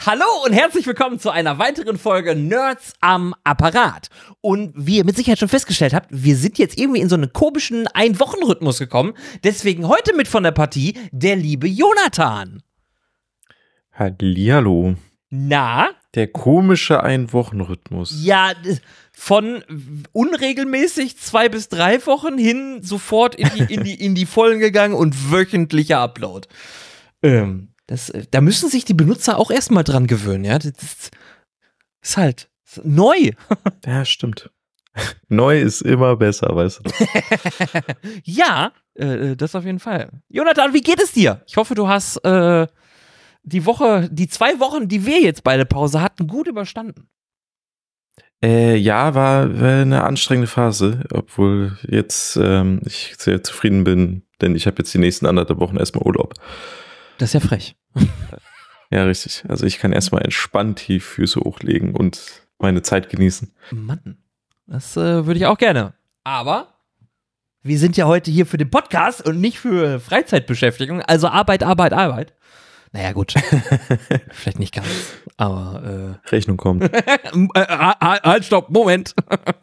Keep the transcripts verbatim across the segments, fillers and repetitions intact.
Hallo und herzlich willkommen zu einer weiteren Folge Nerds am Apparat. Und wie ihr mit Sicherheit schon festgestellt habt, wir sind jetzt irgendwie in so einen komischen Ein-Wochen-Rhythmus gekommen. Deswegen heute mit von der Partie der liebe Jonathan. Hallihallo. Na? Der komische Ein-Wochen-Rhythmus. Ja, von unregelmäßig zwei bis drei Wochen hin sofort in die, in die, in die Vollen gegangen und wöchentlicher Upload. Ähm. Das, da müssen sich die Benutzer auch erstmal dran gewöhnen, ja. Das ist halt neu. Ja, stimmt. Neu ist immer besser, weißt du. Ja, äh, das auf jeden Fall. Jonathan, wie geht es dir? Ich hoffe, du hast äh, die Woche, die zwei Wochen, die wir jetzt beide Pause hatten, gut überstanden. Äh, ja, war, war eine anstrengende Phase, obwohl jetzt ähm, ich sehr zufrieden bin, denn ich habe jetzt die nächsten anderthalb Wochen erstmal Urlaub. Das ist ja frech. Ja, richtig. Also ich kann erstmal entspannt die Füße hochlegen und meine Zeit genießen. Mann, das äh, würde ich auch gerne. Aber wir sind ja heute hier für den Podcast und nicht für Freizeitbeschäftigung. Also Arbeit, Arbeit, Arbeit. Naja, gut. Vielleicht nicht ganz, aber äh Rechnung kommt. Halt, stopp, Moment.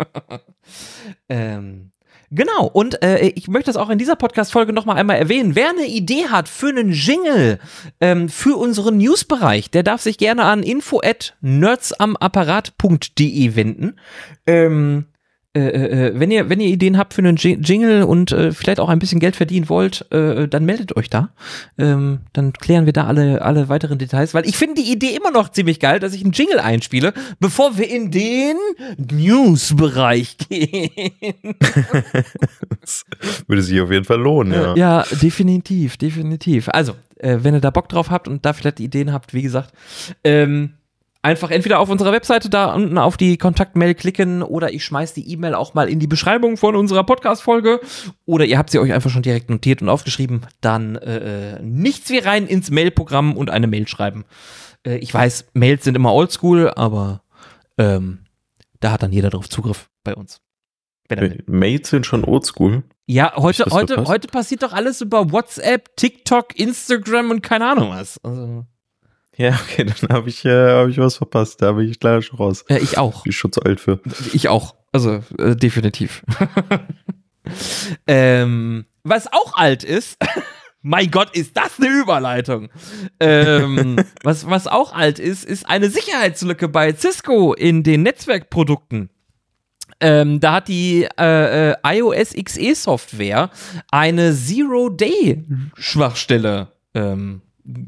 ähm Genau, und äh, ich möchte es auch in dieser Podcast-Folge nochmal einmal erwähnen. Wer eine Idee hat für einen Jingle ähm, für unseren Newsbereich, der darf sich gerne an info at nerdsamaparat punkt de wenden. Ähm, äh, äh, wenn ihr, wenn ihr Ideen habt für einen Jingle und äh, vielleicht auch ein bisschen Geld verdienen wollt, äh, dann meldet euch da. Ähm, dann klären wir da alle, alle weiteren Details, weil ich finde die Idee immer noch ziemlich geil, dass ich einen Jingle einspiele, bevor wir in den News-Bereich gehen. Das würde sich auf jeden Fall lohnen, ja. Ja, definitiv, definitiv. Also, äh, wenn ihr da Bock drauf habt und da vielleicht Ideen habt, wie gesagt, ähm, einfach entweder auf unserer Webseite da unten auf die Kontaktmail klicken oder ich schmeiß die E-Mail auch mal in die Beschreibung von unserer Podcast-Folge oder ihr habt sie euch einfach schon direkt notiert und aufgeschrieben. Dann äh, nichts wie rein ins Mail-Programm und eine Mail schreiben. Äh, ich weiß, Mails sind immer oldschool, aber ähm, da hat dann jeder drauf Zugriff bei uns. Mails sind schon oldschool. Ja, heute, heute, heute passiert doch alles über WhatsApp, TikTok, Instagram und keine Ahnung was. Also ja, okay, dann habe ich, äh, hab ich was verpasst. Da bin ich leider schon raus. Ja, ich auch. Bin ich schon zu alt für. Ich auch. Also, äh, definitiv. ähm, was auch alt ist, mein Gott, ist das eine Überleitung. Ähm, was, was auch alt ist, ist eine Sicherheitslücke bei Cisco in den Netzwerkprodukten. Ähm, da hat die äh, äh, iOS X E Software eine Zero-Day-Schwachstelle ähm,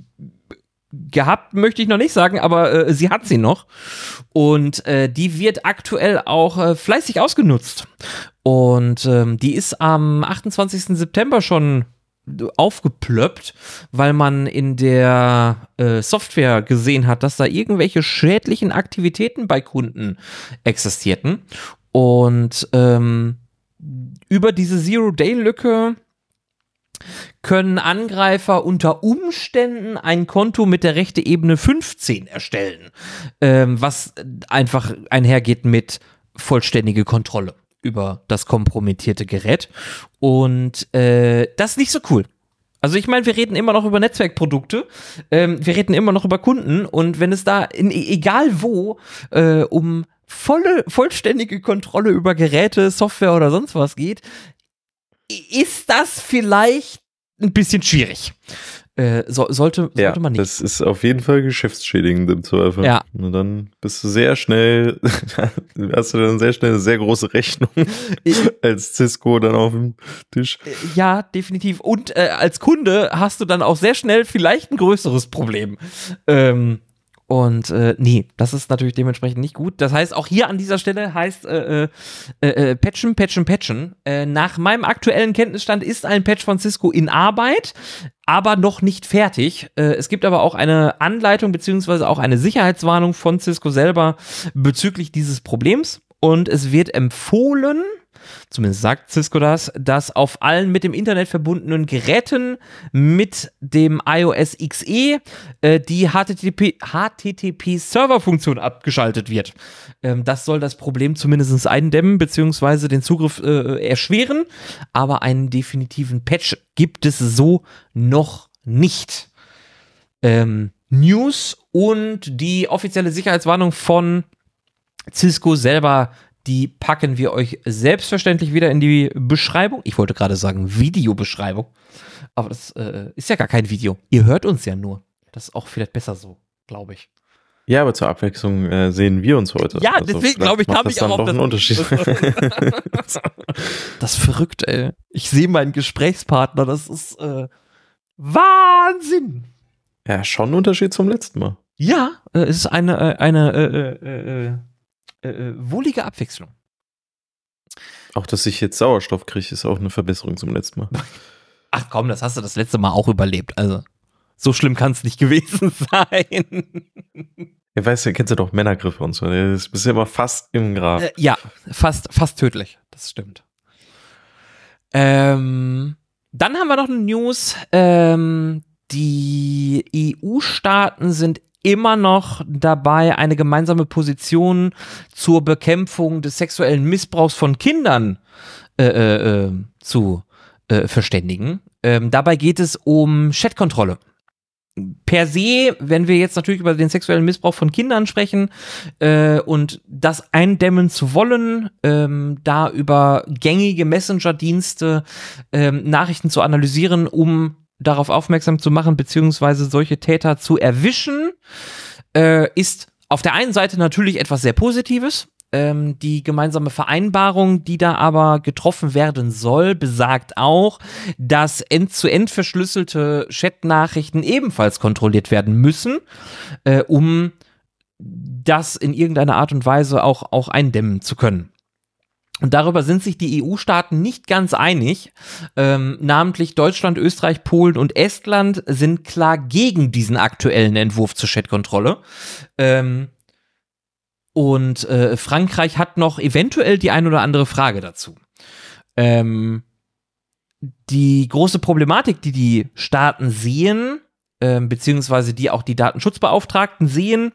gehabt, möchte ich noch nicht sagen, aber äh, sie hat sie noch und äh, die wird aktuell auch äh, fleißig ausgenutzt und ähm, die ist am achtundzwanzigsten September schon aufgeplöppt, weil man in der äh, Software gesehen hat, dass da irgendwelche schädlichen Aktivitäten bei Kunden existierten und ähm, über diese Zero-Day-Lücke können Angreifer unter Umständen ein Konto mit der Rechteebene fünfzehn erstellen, ähm, was einfach einhergeht mit vollständige Kontrolle über das kompromittierte Gerät. Und äh, das ist nicht so cool. Also ich meine, wir reden immer noch über Netzwerkprodukte, ähm, wir reden immer noch über Kunden und wenn es da, in, egal wo, äh, um volle, vollständige Kontrolle über Geräte, Software oder sonst was geht, ist das vielleicht ein bisschen schwierig. Äh, so, sollte, sollte ja, man nicht. Das ist auf jeden Fall geschäftsschädigend im Zweifel. Ja. Und dann bist du sehr schnell, hast du dann sehr schnell eine sehr große Rechnung als Cisco dann auf dem Tisch. Ja, definitiv. Und äh, als Kunde hast du dann auch sehr schnell vielleicht ein größeres Problem. Ähm, Und äh, nee, das ist natürlich dementsprechend nicht gut. Das heißt, auch hier an dieser Stelle heißt äh, äh, äh, patchen, patchen, patchen. Äh, nach meinem aktuellen Kenntnisstand ist ein Patch von Cisco in Arbeit, aber noch nicht fertig. Äh, es gibt aber auch eine Anleitung beziehungsweise auch eine Sicherheitswarnung von Cisco selber bezüglich dieses Problems. Und es wird empfohlen, zumindest sagt Cisco das, dass auf allen mit dem Internet verbundenen Geräten mit dem iOS X E äh, die H T T P H T T P-Server-Funktion abgeschaltet wird. Ähm, das soll das Problem zumindest eindämmen bzw. den Zugriff äh, erschweren, aber einen definitiven Patch gibt es so noch nicht. Ähm, News und die offizielle Sicherheitswarnung von Cisco selber, die packen wir euch selbstverständlich wieder in die Beschreibung. Ich wollte gerade sagen Videobeschreibung, aber das äh, ist ja gar kein Video. Ihr hört uns ja nur. Das ist auch vielleicht besser so, glaube ich. Ja, aber zur Abwechslung äh, sehen wir uns heute. Ja, also deswegen glaube ich, kam ich auch auf einen Unterschied. Das ist verrückt, ey. Ich sehe meinen Gesprächspartner, das ist äh, Wahnsinn. Ja, schon ein Unterschied zum letzten Mal. Ja, äh, es ist eine, äh, eine äh, äh, äh, äh, wohlige Abwechslung. Auch, dass ich jetzt Sauerstoff kriege, ist auch eine Verbesserung zum letzten Mal. Ach komm, das hast du das letzte Mal auch überlebt, also so schlimm kann es nicht gewesen sein. Ja, weißt du, kennst du doch Männergriffe und so. Du bist ja immer fast im Grab. Äh, ja, fast, fast tödlich. Das stimmt. Ähm, dann haben wir noch eine News. Ähm, die E U-Staaten sind immer noch dabei, eine gemeinsame Position zur Bekämpfung des sexuellen Missbrauchs von Kindern äh, äh, zu äh, verständigen. Ähm, dabei geht es um Chatkontrolle. Per se, wenn wir jetzt natürlich über den sexuellen Missbrauch von Kindern sprechen äh, und das eindämmen zu wollen, ähm, da über gängige Messenger-Dienste ähm, Nachrichten zu analysieren, um darauf aufmerksam zu machen, beziehungsweise solche Täter zu erwischen, äh, ist auf der einen Seite natürlich etwas sehr Positives. Ähm, die gemeinsame Vereinbarung, die da aber getroffen werden soll, besagt auch, dass end-zu-end verschlüsselte Chatnachrichten ebenfalls kontrolliert werden müssen, äh, um das in irgendeiner Art und Weise auch, auch eindämmen zu können. Und darüber sind sich die E U-Staaten nicht ganz einig. Ähm, namentlich Deutschland, Österreich, Polen und Estland sind klar gegen diesen aktuellen Entwurf zur Chatkontrolle. Ähm, Und äh, Frankreich hat noch eventuell die ein oder andere Frage dazu. Ähm, die große Problematik, die die Staaten sehen, ähm, beziehungsweise die auch die Datenschutzbeauftragten sehen,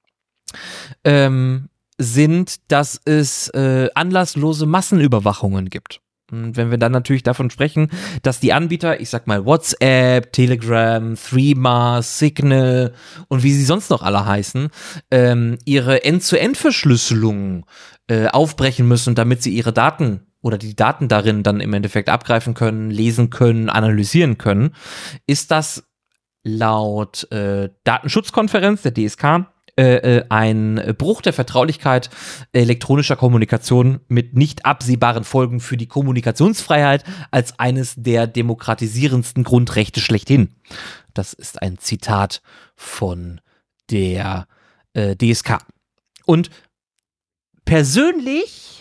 ähm, sind, dass es äh, anlasslose Massenüberwachungen gibt. Und wenn wir dann natürlich davon sprechen, dass die Anbieter, ich sag mal WhatsApp, Telegram, Threema, Signal und wie sie sonst noch alle heißen, ähm, ihre End-zu-End-Verschlüsselung äh, aufbrechen müssen, damit sie ihre Daten oder die Daten darin dann im Endeffekt abgreifen können, lesen können, analysieren können, ist das laut äh, Datenschutzkonferenz, der D S K, Äh, ein Bruch der Vertraulichkeit elektronischer Kommunikation mit nicht absehbaren Folgen für die Kommunikationsfreiheit als eines der demokratisierendsten Grundrechte schlechthin. Das ist ein Zitat von der äh, D S K. Und persönlich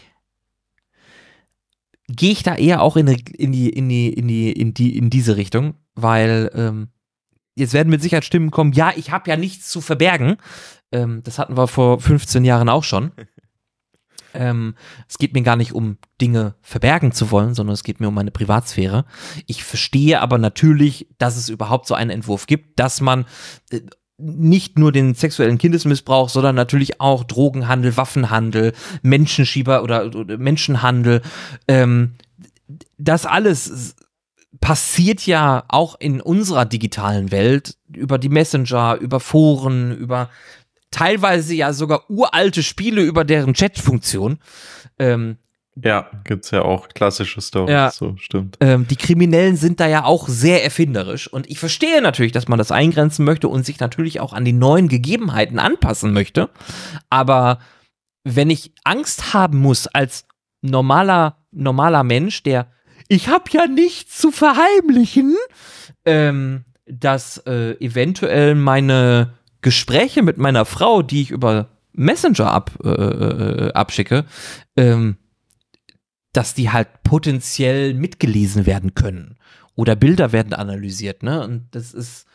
gehe ich da eher auch in die, in die, in die, in die, in die, in diese Richtung, weil ähm, jetzt werden mit Sicherheit Stimmen kommen, ja, ich habe ja nichts zu verbergen. Ähm, das hatten wir vor fünfzehn Jahren auch schon. ähm, es geht mir gar nicht um Dinge verbergen zu wollen, sondern es geht mir um meine Privatsphäre. Ich verstehe aber natürlich, dass es überhaupt so einen Entwurf gibt, dass man äh, nicht nur den sexuellen Kindesmissbrauch, sondern natürlich auch Drogenhandel, Waffenhandel, Menschenschieber oder, oder Menschenhandel, ähm, das alles passiert ja auch in unserer digitalen Welt über die Messenger, über Foren, über teilweise ja sogar uralte Spiele über deren Chatfunktion. Ähm, ja, gibt's ja auch klassische Storys, ja, so stimmt. Ähm, die Kriminellen sind da ja auch sehr erfinderisch und ich verstehe natürlich, dass man das eingrenzen möchte und sich natürlich auch an die neuen Gegebenheiten anpassen möchte, aber wenn ich Angst haben muss als normaler, normaler Mensch, der ich habe ja nichts zu verheimlichen, ähm, dass äh, eventuell meine Gespräche mit meiner Frau, die ich über Messenger ab, äh, abschicke, ähm, dass die halt potenziell mitgelesen werden können. Oder Bilder werden analysiert, ne? Und das ist.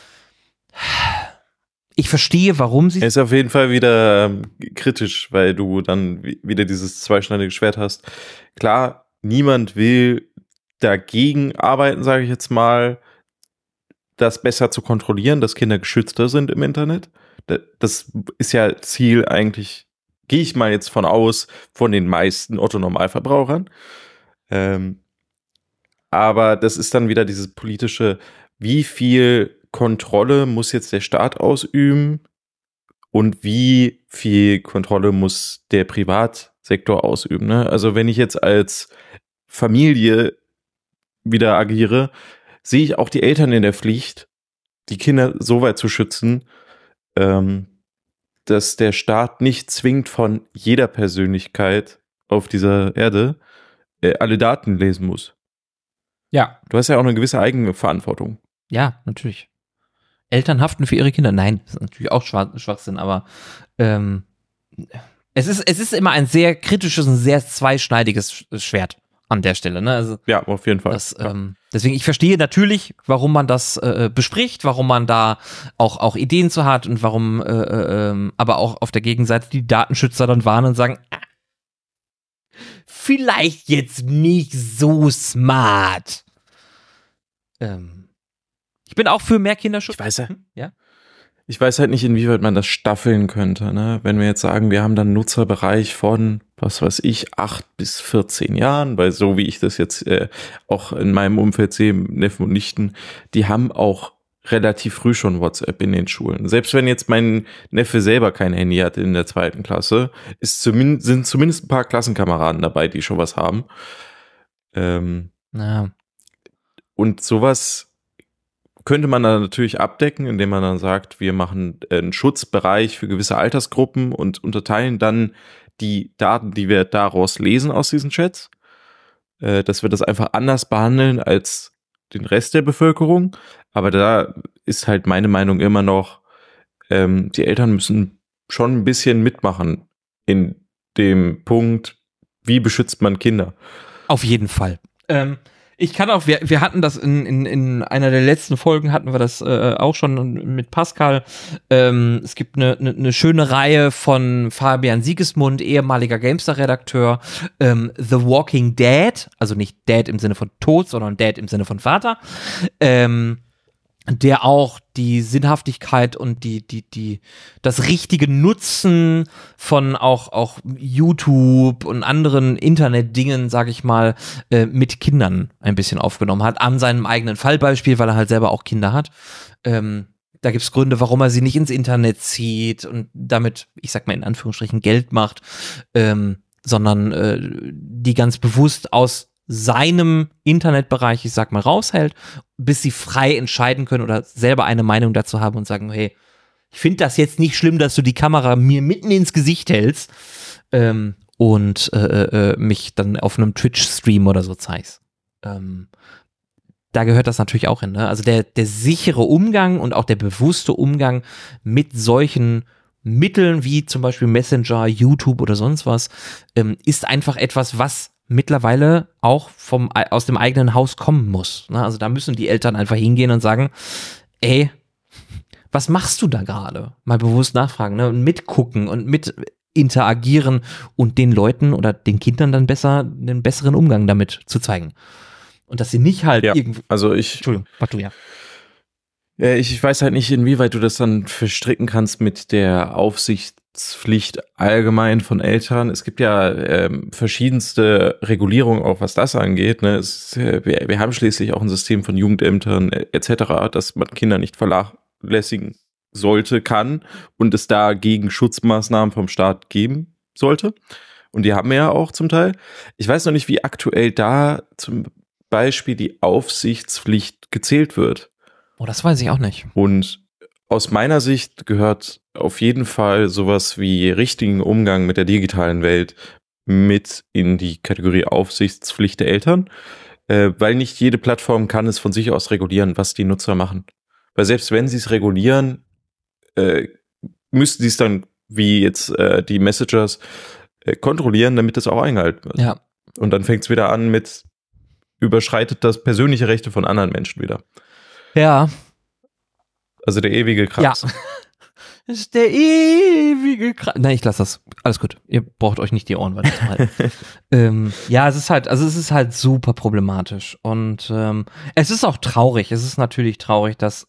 Ich verstehe, warum sie. Ist auf jeden Fall wieder ähm, kritisch, weil du dann wieder dieses zweischneidige Schwert hast. Klar, niemand will dagegen arbeiten, sage ich jetzt mal, das besser zu kontrollieren, dass Kinder geschützter sind im Internet. Das ist ja Ziel eigentlich, gehe ich mal jetzt von aus, von den meisten Otto-Normalverbrauchern. Ähm, aber das ist dann wieder dieses politische, wie viel Kontrolle muss jetzt der Staat ausüben und wie viel Kontrolle muss der Privatsektor ausüben. Ne? Also wenn ich jetzt als Familie wieder agiere, sehe ich auch die Eltern in der Pflicht, die Kinder so weit zu schützen, ähm, dass der Staat nicht zwingend von jeder Persönlichkeit auf dieser Erde äh, alle Daten lesen muss. Ja. Du hast ja auch eine gewisse eigene Verantwortung. Ja, natürlich. Eltern haften für ihre Kinder. Nein, das ist natürlich auch Schwach- Schwachsinn, aber ähm, es ist, es ist immer ein sehr kritisches und sehr zweischneidiges Sch- Schwert an der Stelle. Ne? Also, Ja, auf jeden Fall. das, ja. ähm, deswegen, ich verstehe natürlich, warum man das äh, bespricht, warum man da auch, auch Ideen zu hat und warum, äh, äh, ähm, aber auch auf der Gegenseite die Datenschützer dann warnen und sagen, ah, vielleicht jetzt nicht so smart. Ähm, ich bin auch für mehr Kinderschutz. Ich weiß ja, Hm? Ja. ich weiß halt nicht, inwieweit man das staffeln könnte. Ne? Wenn wir jetzt sagen, wir haben dann einen Nutzerbereich von, was weiß ich, acht bis vierzehn Jahren, weil so wie ich das jetzt äh, auch in meinem Umfeld sehe, Neffen und Nichten, die haben auch relativ früh schon WhatsApp in den Schulen. Selbst wenn jetzt mein Neffe selber kein Handy hat in der zweiten Klasse, ist zumindest, sind zumindest ein paar Klassenkameraden dabei, die schon was haben. Ähm, Ja. und sowas könnte man dann natürlich abdecken, indem man dann sagt, wir machen einen Schutzbereich für gewisse Altersgruppen und unterteilen dann die Daten, die wir daraus lesen aus diesen Chats, äh, dass wir das einfach anders behandeln als den Rest der Bevölkerung. Aber da ist halt meine Meinung immer noch, ähm, die Eltern müssen schon ein bisschen mitmachen in dem Punkt, wie beschützt man Kinder. Auf jeden Fall. Ähm, ich kann auch, wir, wir hatten das in, in, in einer der letzten Folgen, hatten wir das äh, auch schon mit Pascal. Ähm, es gibt eine, eine, eine schöne Reihe von Fabian Siegesmund, ehemaliger Gamestar-Redakteur, ähm, The Walking Dead, also nicht Dad im Sinne von Tod, sondern Dad im Sinne von Vater, ähm, der auch die Sinnhaftigkeit und die, die, die, das richtige Nutzen von auch, auch YouTube und anderen Internetdingen, sag ich mal, äh, mit Kindern ein bisschen aufgenommen hat, an seinem eigenen Fallbeispiel, weil er halt selber auch Kinder hat. Ähm, da gibt's Gründe, warum er sie nicht ins Internet zieht und damit, ich sag mal in Anführungsstrichen, Geld macht, ähm, sondern äh, die ganz bewusst aus seinem Internetbereich, ich sag mal, raushält, bis sie frei entscheiden können oder selber eine Meinung dazu haben und sagen, hey, ich finde das jetzt nicht schlimm, dass du die Kamera mir mitten ins Gesicht hältst ähm, und äh, äh, mich dann auf einem Twitch-Stream oder so zeigst. Ähm, da gehört das natürlich auch hin. Ne? Also der, der sichere Umgang und auch der bewusste Umgang mit solchen Mitteln wie zum Beispiel Messenger, YouTube oder sonst was, ähm, ist einfach etwas, was mittlerweile auch vom, aus dem eigenen Haus kommen muss. Ne? Also da müssen die Eltern einfach hingehen und sagen, ey, was machst du da gerade? Mal bewusst nachfragen, ne? Und mitgucken und mit interagieren und den Leuten oder den Kindern dann besser einen besseren Umgang damit zu zeigen. Und dass sie nicht halt Ja, irgendwie. also ich, Entschuldigung, mach du ja. Ja, ich, ich weiß halt nicht, inwieweit du das dann verstricken kannst mit der Aufsichtspflicht allgemein von Eltern. Es gibt ja ähm, verschiedenste Regulierungen, auch was das angeht. Ne? Es, äh, wir, wir haben schließlich auch ein System von Jugendämtern äh, et cetera, dass man Kinder nicht vernachlässigen sollte, kann und es dagegen Schutzmaßnahmen vom Staat geben sollte. Und die haben wir ja auch zum Teil. Ich weiß noch nicht, wie aktuell da zum Beispiel die Aufsichtspflicht gezählt wird. Oh, das weiß ich auch nicht. Und aus meiner Sicht gehört auf jeden Fall sowas wie richtigen Umgang mit der digitalen Welt mit in die Kategorie Aufsichtspflicht der Eltern, äh, weil nicht jede Plattform kann es von sich aus regulieren, was die Nutzer machen. Weil selbst wenn sie es regulieren, äh, müssten sie es dann, wie jetzt äh, die Messengers, äh, kontrollieren, damit das auch eingehalten wird. Ja. Und dann fängt es wieder an mit, überschreitet das persönliche Rechte von anderen Menschen wieder. Ja. Also der ewige Krebs. Ja. Das ist der ewige Krebs. Nein, ich lasse das. Alles gut. Ihr braucht euch nicht die Ohren weiter zu halten. ähm, ja, es ist halt, also es ist halt super problematisch. Und ähm, es ist auch traurig. Es ist natürlich traurig, dass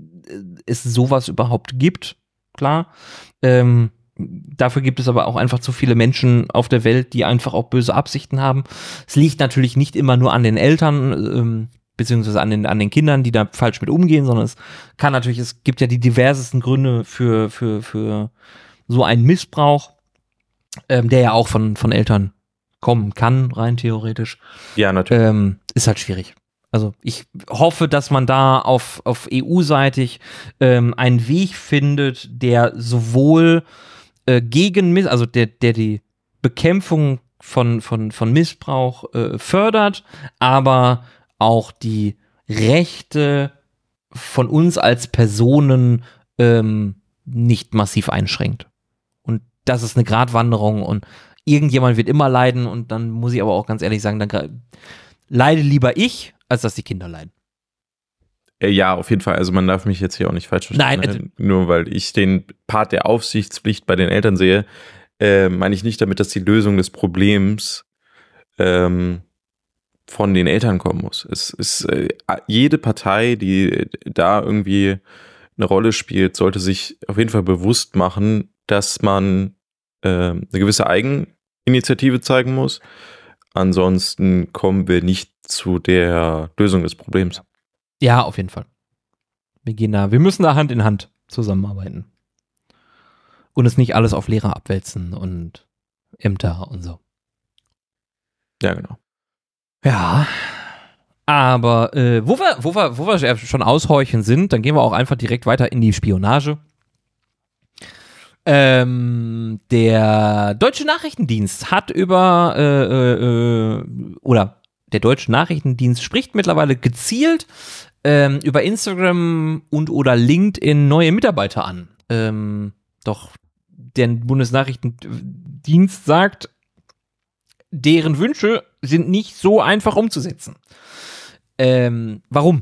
es sowas überhaupt gibt. Klar. Ähm, dafür gibt es aber auch einfach zu viele Menschen auf der Welt, die einfach auch böse Absichten haben. Es liegt natürlich nicht immer nur an den Eltern. Ähm, beziehungsweise an den, an den Kindern, die da falsch mit umgehen, sondern es kann natürlich, es gibt ja die diversesten Gründe für, für, für so einen Missbrauch, ähm, der ja auch von, von Eltern kommen kann, rein theoretisch. Ja, natürlich. Ähm, ist halt schwierig. Also ich hoffe, dass man da auf, auf E U-seitig ähm, einen Weg findet, der sowohl äh, gegen Miss, also der, der die Bekämpfung von, von, von Missbrauch äh, fördert, aber auch die Rechte von uns als Personen ähm, nicht massiv einschränkt. Und das ist eine Gratwanderung und irgendjemand wird immer leiden und dann muss ich aber auch ganz ehrlich sagen, dann leide lieber ich, als dass die Kinder leiden. Ja, auf jeden Fall. Also man darf mich jetzt hier auch nicht falsch verstehen. Nein, Ne? Nur weil ich den Part der Aufsichtspflicht bei den Eltern sehe, äh, meine ich nicht damit, dass die Lösung des Problems ähm, von den Eltern kommen muss. Es ist äh, jede Partei, die da irgendwie eine Rolle spielt, sollte sich auf jeden Fall bewusst machen, dass man äh, eine gewisse Eigeninitiative zeigen muss. Ansonsten kommen wir nicht zu der Lösung des Problems. Ja, auf jeden Fall. Wir gehen da, wir müssen da Hand in Hand zusammenarbeiten. Und es nicht alles auf Lehrer abwälzen und Ämter und so. Ja, genau. Ja, aber äh, wo wir, wo wir, wo wir schon aushorchen sind, dann gehen wir auch einfach direkt weiter in die Spionage. Ähm, der Deutsche Nachrichtendienst hat über äh, äh, oder der Deutsche Nachrichtendienst spricht mittlerweile gezielt ähm, über Instagram und oder LinkedIn neue Mitarbeiter an. Ähm, doch der Bundesnachrichtendienst sagt, deren Wünsche sind nicht so einfach umzusetzen. Ähm, warum?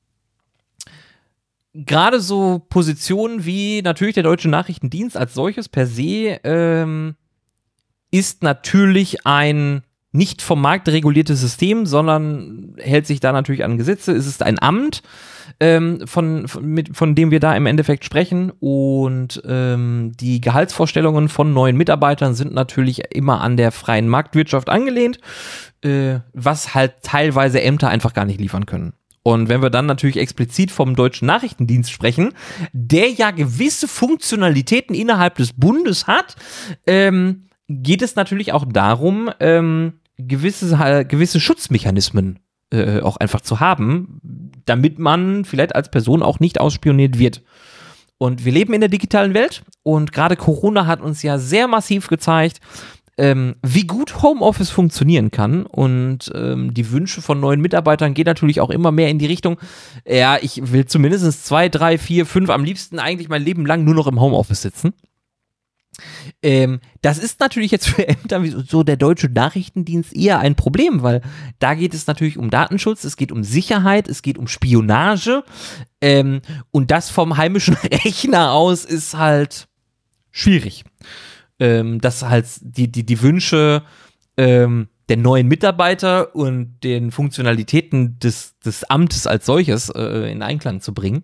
Gerade so Positionen wie natürlich der Deutsche Nachrichtendienst als solches per se ähm, ist natürlich ein nicht vom Markt reguliertes System, sondern hält sich da natürlich an Gesetze. Es ist ein Amt, ähm, von, von, mit, von dem wir da im Endeffekt sprechen. Und ähm, die Gehaltsvorstellungen von neuen Mitarbeitern sind natürlich immer an der freien Marktwirtschaft angelehnt, äh, was halt teilweise Ämter einfach gar nicht liefern können. Und wenn wir dann natürlich explizit vom Deutschen Nachrichtendienst sprechen, der ja gewisse Funktionalitäten innerhalb des Bundes hat, ähm, geht es natürlich auch darum, ähm, gewisse, äh, gewisse Schutzmechanismen äh, auch einfach zu haben, damit man vielleicht als Person auch nicht ausspioniert wird. Und wir leben in der digitalen Welt und gerade Corona hat uns ja sehr massiv gezeigt, Ähm, wie gut Homeoffice funktionieren kann und ähm, die Wünsche von neuen Mitarbeitern gehen natürlich auch immer mehr in die Richtung, ja, ich will zumindest zwei, drei, vier, fünf, am liebsten eigentlich mein Leben lang nur noch im Homeoffice sitzen. Ähm, das ist natürlich jetzt für Ämter wie so der Deutsche Nachrichtendienst eher ein Problem, weil da geht es natürlich um Datenschutz, es geht um Sicherheit, es geht um Spionage ähm, und das vom heimischen Rechner aus ist halt schwierig. Ähm, dass halt die, die, die Wünsche ähm, der neuen Mitarbeiter und den Funktionalitäten des, des Amtes als solches äh, in Einklang zu bringen.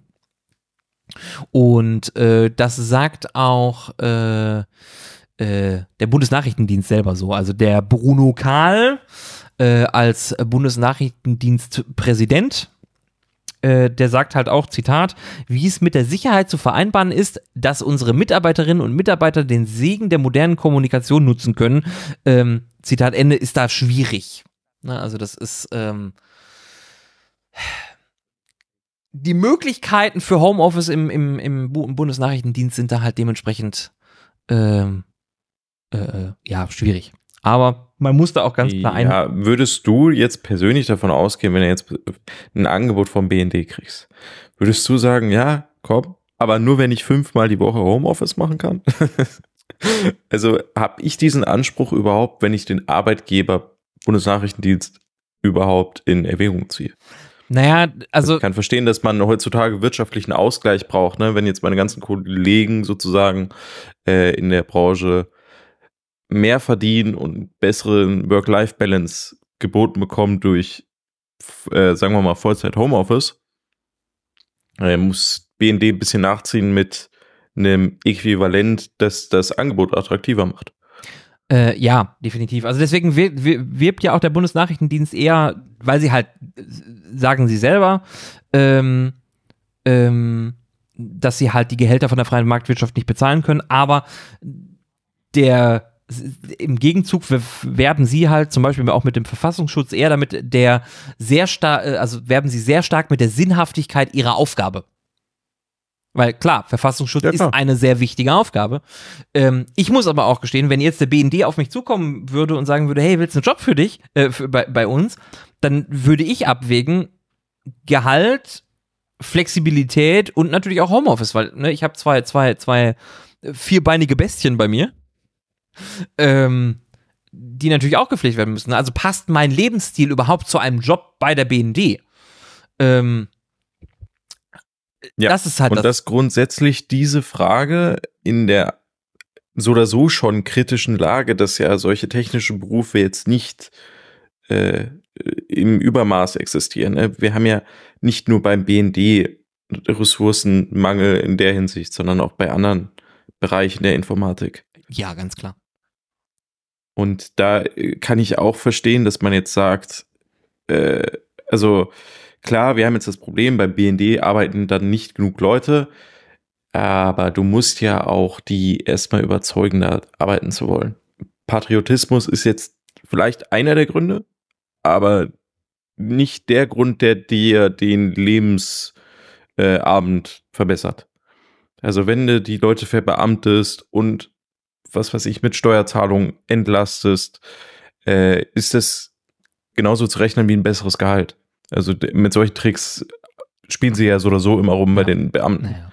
Und äh, das sagt auch äh, äh, der Bundesnachrichtendienst selber so. Also der Bruno Kahl äh, als Bundesnachrichtendienstpräsident, der sagt halt auch, Zitat, wie es mit der Sicherheit zu vereinbaren ist, dass unsere Mitarbeiterinnen und Mitarbeiter den Segen der modernen Kommunikation nutzen können, ähm, Zitat Ende, ist da schwierig. Na, also das ist ähm, die Möglichkeiten für Homeoffice im, im, im Bundesnachrichtendienst sind da halt dementsprechend ähm, äh, ja, schwierig. Aber man muss da auch ganz klar ein... Ja, würdest du jetzt persönlich davon ausgehen, wenn du jetzt ein Angebot vom B N D kriegst, würdest du sagen, ja, komm, aber nur wenn ich fünfmal die Woche Homeoffice machen kann? Also habe ich diesen Anspruch überhaupt, wenn ich den Arbeitgeber Bundesnachrichtendienst überhaupt in Erwägung ziehe? Naja, also... Ich kann verstehen, dass man heutzutage wirtschaftlichen Ausgleich braucht, ne? Wenn jetzt meine ganzen Kollegen sozusagen äh, in der Branche mehr verdienen und besseren Work-Life-Balance geboten bekommen durch, äh, sagen wir mal, Vollzeit-Homeoffice, äh, muss B N D ein bisschen nachziehen mit einem Äquivalent, das das Angebot attraktiver macht. Äh, ja, definitiv. Also deswegen wir, wir, wirbt ja auch der Bundesnachrichtendienst eher, weil sie halt, sagen sie selber, ähm, ähm, dass sie halt die Gehälter von der freien Marktwirtschaft nicht bezahlen können, aber der im Gegenzug werben sie halt zum Beispiel auch mit dem Verfassungsschutz eher damit, der sehr stark, also werben sie sehr stark mit der Sinnhaftigkeit ihrer Aufgabe. Weil klar, Verfassungsschutz ja, klar. ist eine sehr wichtige Aufgabe. Ähm, ich muss aber auch gestehen, wenn jetzt der B N D auf mich zukommen würde und sagen würde, hey, willst du einen Job für dich, äh, für, bei, bei uns, dann würde ich abwägen, Gehalt, Flexibilität und natürlich auch Homeoffice, weil ne, ich habe zwei, zwei, zwei vierbeinige Bestien bei mir, ähm, die natürlich auch gepflegt werden müssen. Also passt mein Lebensstil überhaupt zu einem Job bei der B N D? Ähm, Ja, das ist halt und das. das grundsätzlich diese Frage in der so oder so schon kritischen Lage, dass ja solche technischen Berufe jetzt nicht äh, im Übermaß existieren. Ne? Wir haben ja nicht nur beim B N D Ressourcenmangel in der Hinsicht, sondern auch bei anderen Bereichen der Informatik. Ja, ganz klar. Und da kann ich auch verstehen, dass man jetzt sagt, äh, also klar, wir haben jetzt das Problem, beim B N D arbeiten dann nicht genug Leute, aber du musst ja auch die erstmal überzeugen, da arbeiten zu wollen. Patriotismus ist jetzt vielleicht einer der Gründe, aber nicht der Grund, der dir den Lebensabend äh, verbessert. Also wenn du die Leute verbeamtest und was weiß ich, mit Steuerzahlungen entlastest, äh, ist das genauso zu rechnen wie ein besseres Gehalt. Also mit solchen Tricks spielen sie ja so oder so immer rum ja. bei den Beamten. Naja.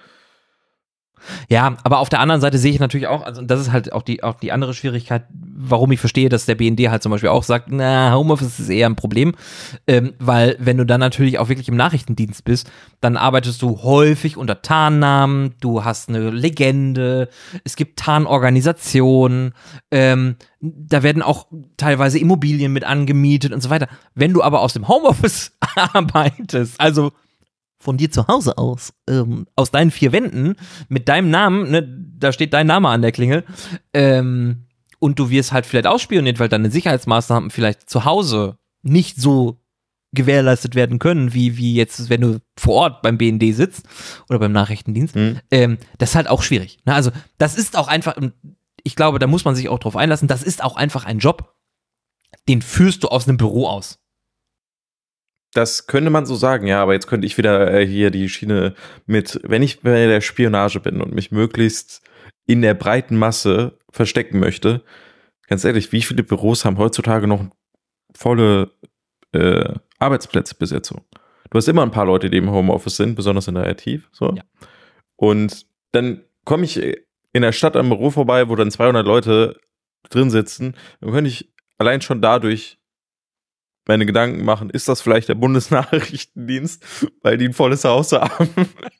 Ja, aber auf der anderen Seite sehe ich natürlich auch, also das ist halt auch die, auch die andere Schwierigkeit, warum ich verstehe, dass der B N D halt zum Beispiel auch sagt, na, Homeoffice ist eher ein Problem, ähm, weil wenn du dann natürlich auch wirklich im Nachrichtendienst bist, dann arbeitest du häufig unter Tarnnamen, du hast eine Legende, es gibt Tarnorganisationen, ähm, da werden auch teilweise Immobilien mit angemietet und so weiter. Wenn du aber aus dem Homeoffice arbeitest, also von dir zu Hause aus, ähm, aus deinen vier Wänden, mit deinem Namen, ne, da steht dein Name an der Klingel, ähm, und du wirst halt vielleicht ausspioniert, weil deine Sicherheitsmaßnahmen vielleicht zu Hause nicht so gewährleistet werden können, wie, wie jetzt, wenn du vor Ort beim B N D sitzt oder beim Nachrichtendienst. Mhm. Ähm, das ist halt auch schwierig. Ne? Also das ist auch einfach, ich glaube, da muss man sich auch drauf einlassen, das ist auch einfach ein Job, den führst du aus einem Büro aus. Das könnte man so sagen, ja, aber jetzt könnte ich wieder äh, hier die Schiene mit, wenn ich bei der Spionage bin und mich möglichst in der breiten Masse verstecken möchte, ganz ehrlich, wie viele Büros haben heutzutage noch volle äh, Arbeitsplatzbesetzung? Du hast immer ein paar Leute, die im Homeoffice sind, besonders in der I T. So. Ja. Und dann komme ich in der Stadt am Büro vorbei, wo dann zweihundert Leute drin sitzen, dann könnte ich allein schon dadurch meine Gedanken machen, ist das vielleicht der Bundesnachrichtendienst, weil die ein volles Haus haben?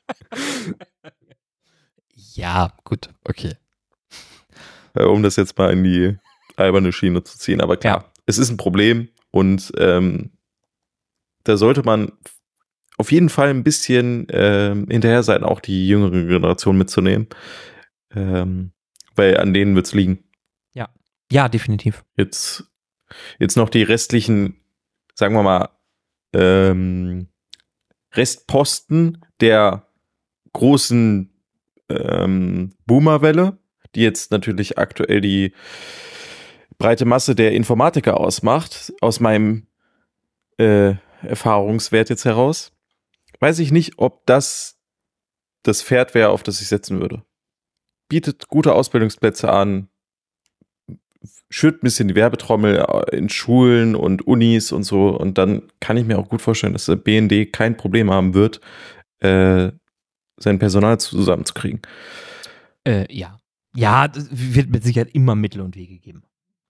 Ja, gut, okay. Um das jetzt mal in die alberne Schiene zu ziehen. Aber klar, ja. Es ist ein Problem und ähm, da sollte man auf jeden Fall ein bisschen ähm, hinterher sein, auch die jüngere Generation mitzunehmen. Ähm, weil an denen wird es liegen. Ja, ja, definitiv. Jetzt, jetzt noch die restlichen, sagen wir mal, ähm, Restposten der großen ähm, Boomerwelle, die jetzt natürlich aktuell die breite Masse der Informatiker ausmacht, aus meinem äh, Erfahrungswert jetzt heraus, weiß ich nicht, ob das das Pferd wäre, auf das ich setzen würde. Bietet gute Ausbildungsplätze an, schürt ein bisschen die Werbetrommel in Schulen und Unis und so, und dann kann ich mir auch gut vorstellen, dass der B N D kein Problem haben wird, äh, sein Personal zusammenzukriegen. Äh, ja. Ja, das wird mit Sicherheit immer Mittel und Wege geben.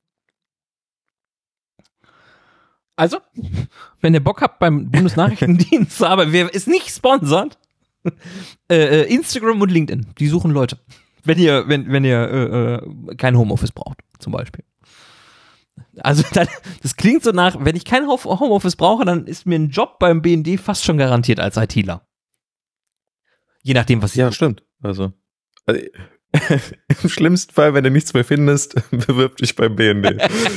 Also, wenn ihr Bock habt, beim Bundesnachrichtendienst zu arbeiten, wer ist nicht sponsert, äh, Instagram und LinkedIn, die suchen Leute. Wenn ihr, wenn, wenn ihr äh, äh, kein Homeoffice braucht, zum Beispiel. Also, dann, das klingt so nach, wenn ich kein Homeoffice brauche, dann ist mir ein Job beim B N D fast schon garantiert als ITler. Je nachdem, was ich Ja, tue. Stimmt. Also, also, Im schlimmsten Fall, wenn du nichts mehr findest, bewirb dich beim B N D.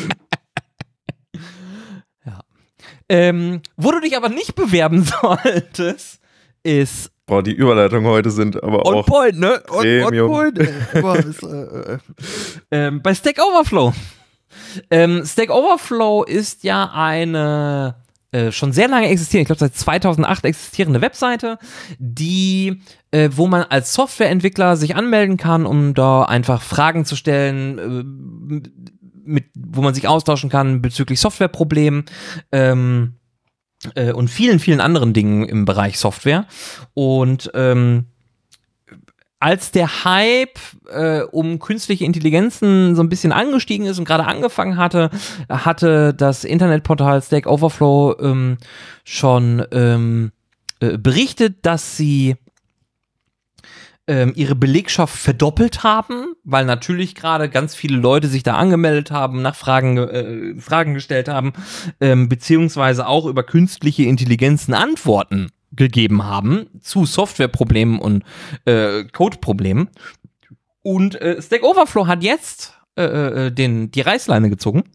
Ja. Ähm, wo du dich aber nicht bewerben solltest, ist Boah, die Überleitungen heute sind aber on auch point, ne? On, Premium. on point. Äh, äh, äh. ähm, bei Stack Overflow. Ähm, Stack Overflow ist ja eine äh, schon sehr lange existierende, ich glaube seit zweitausendacht existierende Webseite, die, äh, wo man als Softwareentwickler sich anmelden kann, um da einfach Fragen zu stellen, äh, mit, wo man sich austauschen kann bezüglich Softwareproblemen. Ähm, Äh, und vielen, vielen anderen Dingen im Bereich Software. Und ähm, als der Hype äh, um künstliche Intelligenzen so ein bisschen angestiegen ist und gerade angefangen hatte, hatte das Internetportal Stack Overflow ähm, schon ähm, äh, berichtet, dass sie ähm, ihre Belegschaft verdoppelt haben, weil natürlich gerade ganz viele Leute sich da angemeldet haben, nach Fragen, äh, Fragen gestellt haben, ähm, beziehungsweise auch über künstliche Intelligenzen Antworten gegeben haben zu Softwareproblemen und äh, Codeproblemen. Und äh, Stack Overflow hat jetzt äh, äh, den, die Reißleine gezogen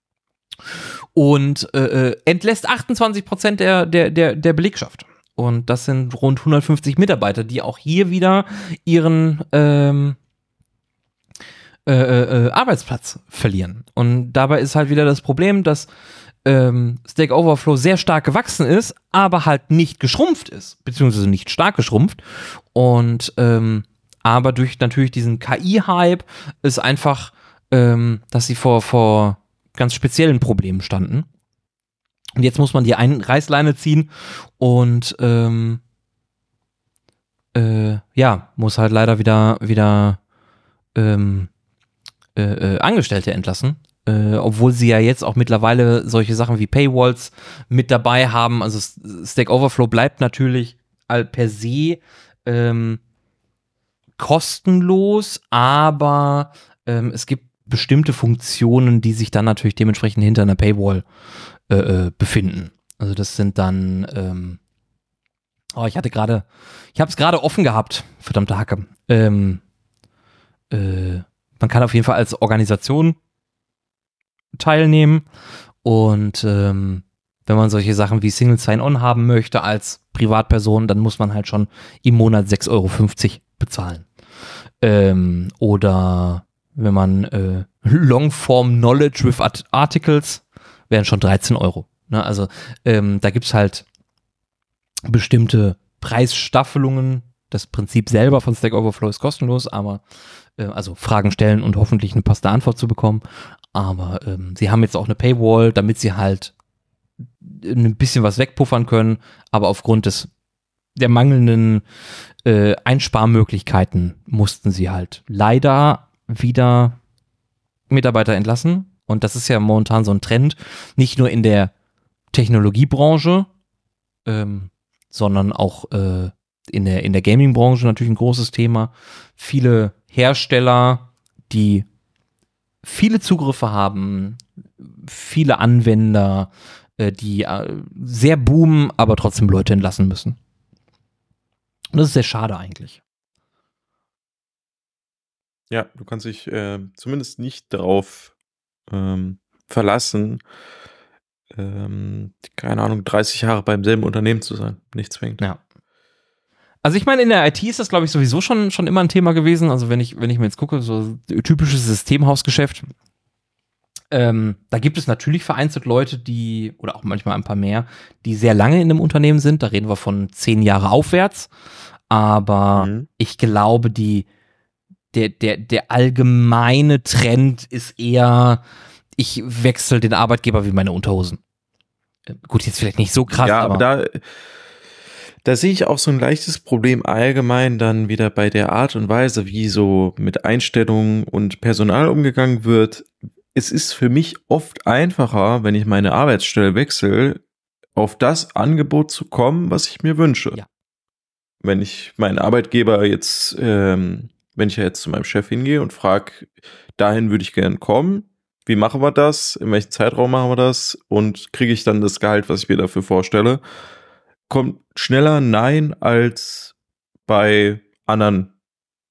und äh, entlässt achtundzwanzig Prozent der, der, der, der Belegschaft. Und das sind rund hundertfünfzig Mitarbeiter, die auch hier wieder ihren ähm, äh, äh, Arbeitsplatz verlieren. Und dabei ist halt wieder das Problem, dass ähm, Stack Overflow sehr stark gewachsen ist, aber halt nicht geschrumpft ist, beziehungsweise nicht stark geschrumpft. Und ähm, aber durch natürlich diesen K I-Hype ist einfach, ähm, dass sie vor, vor ganz speziellen Problemen standen. Und jetzt muss man die Ein- Reißleine ziehen und ähm, äh, ja, muss halt leider wieder wieder ähm, äh, äh, Angestellte entlassen. Äh, obwohl sie ja jetzt auch mittlerweile solche Sachen wie Paywalls mit dabei haben. Also Stack Overflow bleibt natürlich all per se ähm, kostenlos, aber ähm, es gibt bestimmte Funktionen, die sich dann natürlich dementsprechend hinter einer Paywall äh, äh, befinden. Also das sind dann ähm, oh, ich hatte gerade, ich habe es gerade offen gehabt, verdammte Hacke. Ähm, äh, man kann auf jeden Fall als Organisation teilnehmen und ähm, wenn man solche Sachen wie Single Sign-On haben möchte als Privatperson, dann muss man halt schon im Monat sechs Euro fünfzig bezahlen. Ähm, oder wenn man äh, Longform Knowledge with Art- Articles, wären schon dreizehn Euro. Ne? Also ähm, da gibt's halt bestimmte Preisstaffelungen. Das Prinzip selber von Stack Overflow ist kostenlos, aber äh, also Fragen stellen und hoffentlich eine passende Antwort zu bekommen. Aber ähm, sie haben jetzt auch eine Paywall, damit sie halt ein bisschen was wegpuffern können, aber aufgrund des der mangelnden äh, Einsparmöglichkeiten mussten sie halt leider wieder Mitarbeiter entlassen. Und das ist ja momentan so ein Trend, nicht nur in der Technologiebranche, ähm, sondern auch äh, in der, in der Gaming-Branche natürlich ein großes Thema. Viele Hersteller, die viele Zugriffe haben, viele Anwender, äh, die äh, sehr boomen, aber trotzdem Leute entlassen müssen. Und das ist sehr schade eigentlich. Ja, du kannst dich äh, zumindest nicht darauf ähm, verlassen, ähm, keine Ahnung, dreißig Jahre beim selben Unternehmen zu sein. Nicht zwingend. Ja. Also ich meine, in der I T ist das, glaube ich, sowieso schon, schon immer ein Thema gewesen. Also wenn ich, wenn ich mir jetzt gucke, so typisches Systemhausgeschäft, ähm, da gibt es natürlich vereinzelt Leute, die, oder auch manchmal ein paar mehr, die sehr lange in einem Unternehmen sind. Da reden wir von zehn Jahre aufwärts. Aber mhm. ich glaube, die, der, der, der allgemeine Trend ist eher, ich wechsle den Arbeitgeber wie meine Unterhosen. Gut, jetzt vielleicht nicht so krass, ja, aber, aber da, da sehe ich auch so ein leichtes Problem allgemein dann wieder bei der Art und Weise, wie so mit Einstellungen und Personal umgegangen wird. Es ist für mich oft einfacher, wenn ich meine Arbeitsstelle wechsle, auf das Angebot zu kommen, was ich mir wünsche. Ja. Wenn ich meinen Arbeitgeber jetzt, ähm, wenn ich ja jetzt zu meinem Chef hingehe und frage, dahin würde ich gern kommen, wie machen wir das, in welchem Zeitraum machen wir das und kriege ich dann das Gehalt, was ich mir dafür vorstelle, kommt schneller Nein als bei anderen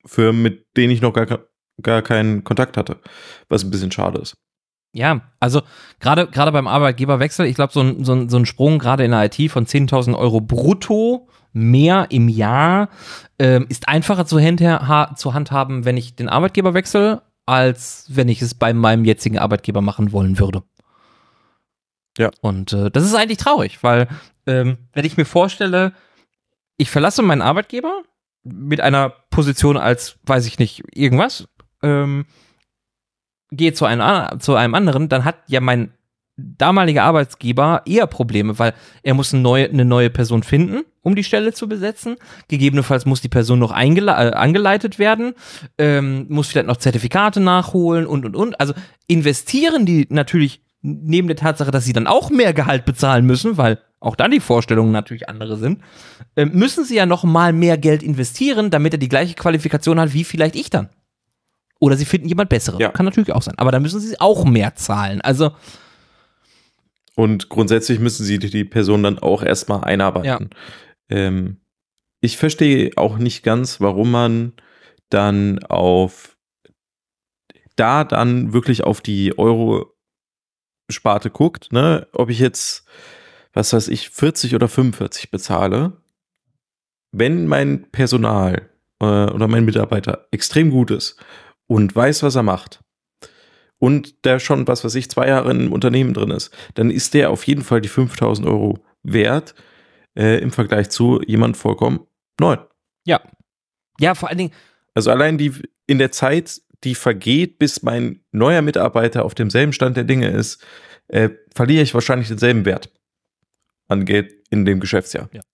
Firmen, mit denen ich noch gar, gar keinen Kontakt hatte, was ein bisschen schade ist. Ja, also gerade gerade beim Arbeitgeberwechsel, ich glaube, so ein, so, ein, so ein Sprung gerade in der I T von zehntausend Euro brutto mehr im Jahr ähm, ist einfacher zu, handha- zu handhaben, wenn ich den Arbeitgeber wechsle, als wenn ich es bei meinem jetzigen Arbeitgeber machen wollen würde. Ja. Und äh, das ist eigentlich traurig, weil ähm, wenn ich mir vorstelle, ich verlasse meinen Arbeitgeber mit einer Position als, weiß ich nicht, irgendwas, ähm, gehe zu einem, zu einem anderen, dann hat ja mein damaliger Arbeitgeber eher Probleme, weil er muss eine neue, eine neue Person finden, um die Stelle zu besetzen. Gegebenenfalls muss die Person noch eingele- äh, angeleitet werden, ähm, muss vielleicht noch Zertifikate nachholen und, und, und. Also investieren die natürlich neben der Tatsache, dass sie dann auch mehr Gehalt bezahlen müssen, weil auch dann die Vorstellungen natürlich andere sind, äh, müssen sie ja noch mal mehr Geld investieren, damit er die gleiche Qualifikation hat wie vielleicht ich dann. Oder sie finden jemand Besseren. Ja. Kann natürlich auch sein. Aber dann müssen sie auch mehr zahlen. Also. Und grundsätzlich müssen sie die Person dann auch erstmal einarbeiten. Ja. Ähm, ich verstehe auch nicht ganz, warum man dann auf da dann wirklich auf die Euro-Sparte guckt, ne? Ob ich jetzt, was weiß ich, vierzig oder fünfundvierzig bezahle. Wenn mein Personal äh, oder mein Mitarbeiter extrem gut ist und weiß, was er macht und der schon, was weiß ich, zwei Jahre im Unternehmen drin ist, dann ist der auf jeden Fall die fünftausend Euro wert äh, im Vergleich zu jemand vollkommen neu. Ja. Ja, vor allen Dingen. Also allein die in der Zeit, die vergeht, bis mein neuer Mitarbeiter auf demselben Stand der Dinge ist, äh, verliere ich wahrscheinlich denselben Wert an Geld in dem Geschäftsjahr. Ja.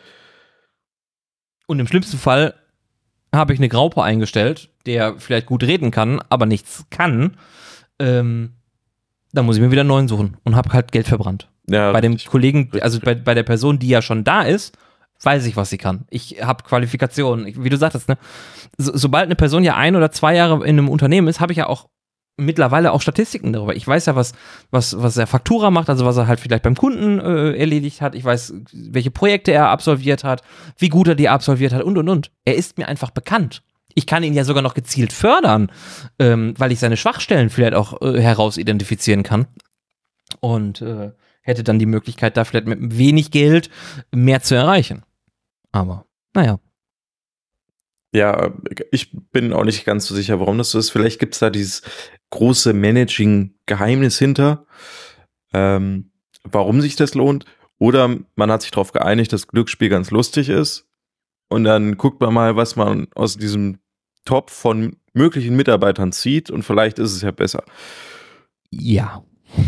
Und im schlimmsten Fall habe ich eine Graupe eingestellt, der vielleicht gut reden kann, aber nichts kann. Ähm, dann muss ich mir wieder einen neuen suchen und habe halt Geld verbrannt. Ja, bei dem richtig, Kollegen, richtig. also bei, bei der Person, die ja schon da ist, weiß ich, was sie kann. Ich habe Qualifikationen. Ich, wie du sagtest, ne? So, sobald eine Person ja ein oder zwei Jahre in einem Unternehmen ist, habe ich ja auch mittlerweile auch Statistiken darüber. Ich weiß ja, was, was, was er Faktura macht, also was er halt vielleicht beim Kunden äh, erledigt hat. Ich weiß, welche Projekte er absolviert hat, wie gut er die absolviert hat und, und, und. Er ist mir einfach bekannt. Ich kann ihn ja sogar noch gezielt fördern, ähm, weil ich seine Schwachstellen vielleicht auch äh, herausidentifizieren kann. Und äh, hätte dann die Möglichkeit, da vielleicht mit wenig Geld mehr zu erreichen. Aber, naja. Ja, ich bin auch nicht ganz so sicher, warum das so ist. Vielleicht gibt es da dieses große Managing-Geheimnis hinter, ähm, warum sich das lohnt. Oder man hat sich darauf geeinigt, dass Glücksspiel ganz lustig ist. Und dann guckt man mal, was man aus diesem Topf von möglichen Mitarbeitern zieht. Und vielleicht ist es ja besser. Ja.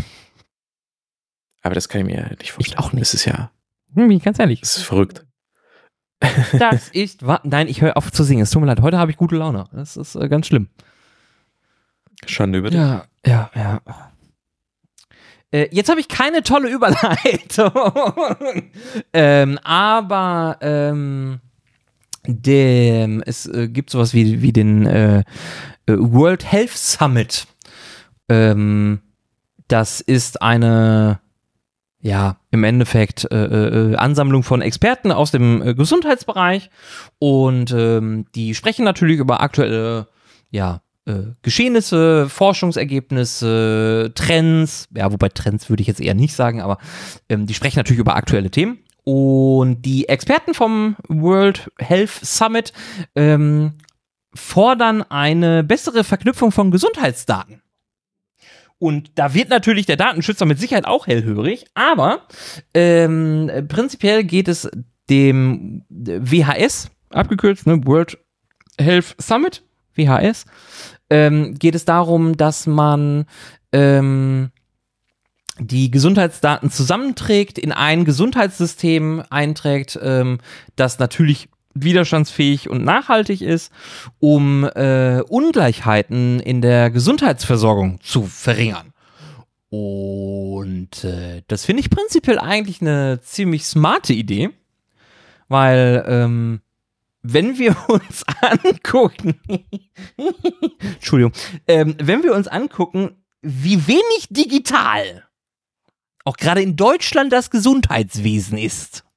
Aber das kann ich mir ja nicht vorstellen. Ich auch nicht. Das ist ja, Hm, ganz ehrlich. das ist verrückt. Das ist wa- Nein, ich höre auf zu singen. Es tut mir leid. Heute habe ich gute Laune. Das ist äh, ganz schlimm. Schande über dich. Ja, ja, ja. Äh, jetzt habe ich keine tolle Überleitung. ähm, aber ähm, dem, es äh, gibt sowas wie, wie den äh, World Health Summit. Ähm, das ist eine, ja, im Endeffekt äh, äh, Ansammlung von Experten aus dem äh, Gesundheitsbereich und ähm, die sprechen natürlich über aktuelle, ja, äh, Geschehnisse, Forschungsergebnisse, Trends, ja, wobei Trends würde ich jetzt eher nicht sagen, aber ähm, die sprechen natürlich über aktuelle Themen und die Experten vom World Health Summit ähm, fordern eine bessere Verknüpfung von Gesundheitsdaten. Und da wird natürlich der Datenschützer mit Sicherheit auch hellhörig, aber ähm, prinzipiell geht es dem W H S, abgekürzt, ne, World Health Summit, W H S, ähm, geht es darum, dass man ähm, die Gesundheitsdaten zusammenträgt, in ein Gesundheitssystem einträgt, ähm, das natürlich widerstandsfähig und nachhaltig ist, um äh, Ungleichheiten in der Gesundheitsversorgung zu verringern. Und äh, das finde ich prinzipiell eigentlich eine ziemlich smarte Idee, weil ähm, wenn wir uns angucken, Entschuldigung, ähm, wenn wir uns angucken, wie wenig digital auch gerade in Deutschland das Gesundheitswesen ist,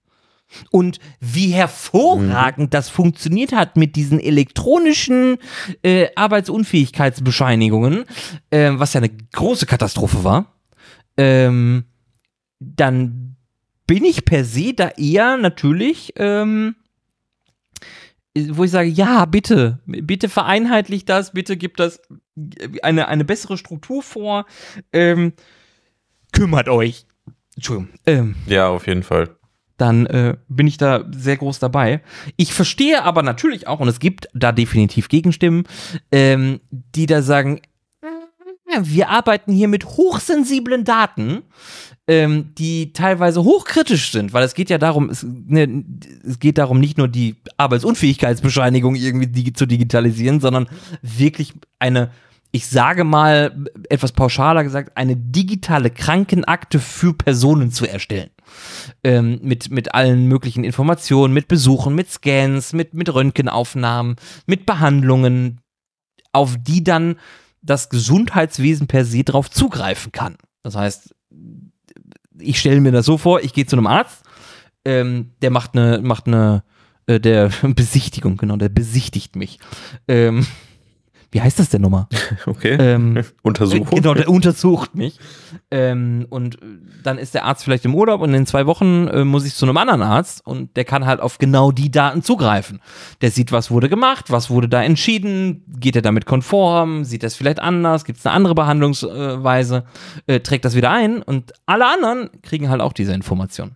Und wie hervorragend mhm. das funktioniert hat mit diesen elektronischen äh, Arbeitsunfähigkeitsbescheinigungen, äh, was ja eine große Katastrophe war, ähm, dann bin ich per se da eher natürlich, ähm, wo ich sage, ja, bitte, bitte vereinheitlicht das, bitte gibt das eine, eine bessere Struktur vor, ähm, kümmert euch. Entschuldigung. Ähm, ja, auf jeden Fall. Dann äh, bin ich da sehr groß dabei. Ich verstehe aber natürlich auch, und es gibt da definitiv Gegenstimmen, ähm, die da sagen, wir arbeiten hier mit hochsensiblen Daten, ähm, die teilweise hochkritisch sind, weil es geht ja darum, es, ne, es geht darum, nicht nur die Arbeitsunfähigkeitsbescheinigung irgendwie die, zu digitalisieren, sondern wirklich eine, ich sage mal etwas pauschaler gesagt, eine digitale Krankenakte für Personen zu erstellen. Ähm, mit, mit allen möglichen Informationen, mit Besuchen, mit Scans, mit, mit Röntgenaufnahmen, mit Behandlungen, auf die dann das Gesundheitswesen per se drauf zugreifen kann. Das heißt, ich stelle mir das so vor, ich gehe zu einem Arzt, ähm, der macht eine, macht eine, äh, der Besichtigung, genau, der besichtigt mich. Ähm, Wie heißt das denn nochmal? Okay. Ähm, Untersuchung. Genau, der untersucht mich. Ähm, und dann ist der Arzt vielleicht im Urlaub und in zwei Wochen äh, muss ich zu einem anderen Arzt und der kann halt auf genau die Daten zugreifen. Der sieht, was wurde gemacht, was wurde da entschieden, geht er damit konform, sieht das vielleicht anders, gibt es eine andere Behandlungsweise, äh, trägt das wieder ein und alle anderen kriegen halt auch diese Information.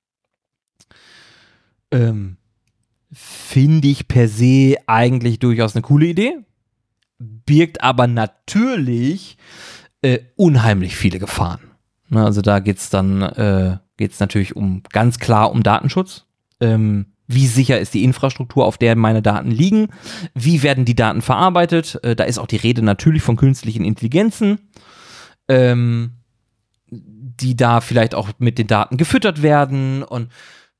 Ähm, finde ich per se eigentlich durchaus eine coole Idee. Birgt aber natürlich äh, unheimlich viele Gefahren. Ne, also da geht's dann äh, geht's natürlich um ganz klar um Datenschutz. Ähm, wie sicher ist die Infrastruktur, auf der meine Daten liegen? Wie werden die Daten verarbeitet? Äh, da ist auch die Rede natürlich von künstlichen Intelligenzen, ähm, die da vielleicht auch mit den Daten gefüttert werden und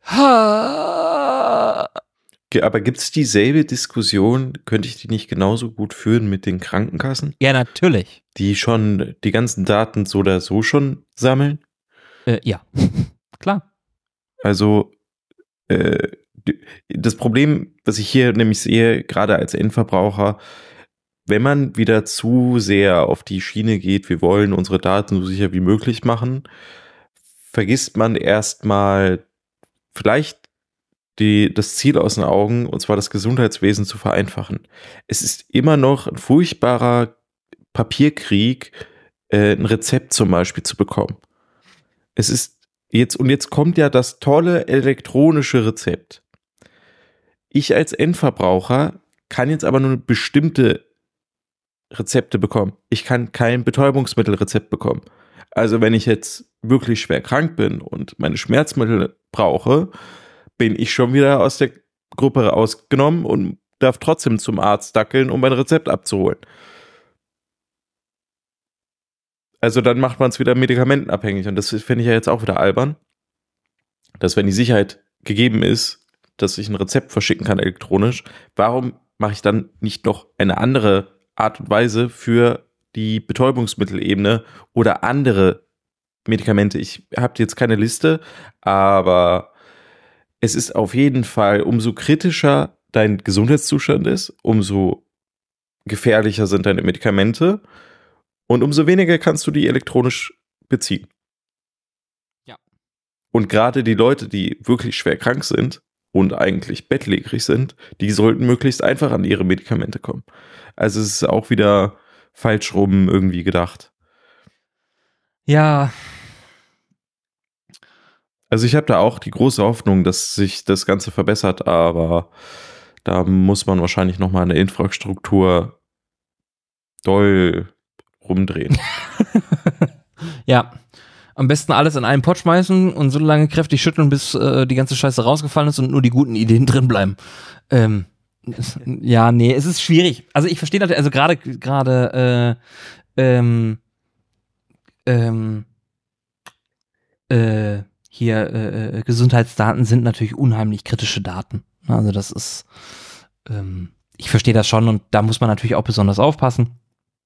ha, aber gibt es dieselbe Diskussion, könnte ich die nicht genauso gut führen mit den Krankenkassen? Ja, natürlich. Die schon die ganzen Daten so oder so schon sammeln? Äh, ja, klar. Also äh, das Problem, was ich hier nämlich sehe, gerade als Endverbraucher, wenn man wieder zu sehr auf die Schiene geht, wir wollen unsere Daten so sicher wie möglich machen, vergisst man erstmal vielleicht Die, das Ziel aus den Augen, und zwar das Gesundheitswesen zu vereinfachen. Es ist immer noch ein furchtbarer Papierkrieg, äh, ein Rezept zum Beispiel zu bekommen. Es ist jetzt, und jetzt kommt ja das tolle elektronische Rezept. Ich als Endverbraucher kann jetzt aber nur bestimmte Rezepte bekommen. Ich kann kein Betäubungsmittelrezept bekommen. Also wenn ich jetzt wirklich schwer krank bin und meine Schmerzmittel brauche, bin ich schon wieder aus der Gruppe ausgenommen und darf trotzdem zum Arzt dackeln, um mein Rezept abzuholen. Also dann macht man es wieder medikamentenabhängig und das finde ich ja jetzt auch wieder albern, dass wenn die Sicherheit gegeben ist, dass ich ein Rezept verschicken kann elektronisch, warum mache ich dann nicht noch eine andere Art und Weise für die Betäubungsmittelebene oder andere Medikamente? Ich habe jetzt keine Liste, aber es ist auf jeden Fall, umso kritischer dein Gesundheitszustand ist, umso gefährlicher sind deine Medikamente und umso weniger kannst du die elektronisch beziehen. Ja. Und gerade die Leute, die wirklich schwer krank sind und eigentlich bettlägerig sind, die sollten möglichst einfach an ihre Medikamente kommen. Also es ist auch wieder falsch rum irgendwie gedacht. Ja. Also ich habe da auch die große Hoffnung, dass sich das Ganze verbessert, aber da muss man wahrscheinlich nochmal eine Infrastruktur doll rumdrehen. Ja, am besten alles in einen Pott schmeißen und so lange kräftig schütteln, bis äh, die ganze Scheiße rausgefallen ist und nur die guten Ideen drin bleiben. Ähm, ja, nee, es ist schwierig. Also ich verstehe natürlich, also gerade gerade äh, ähm, ähm, äh, hier äh, Gesundheitsdaten sind natürlich unheimlich kritische Daten. Also das ist, ähm, ich verstehe das schon und da muss man natürlich auch besonders aufpassen.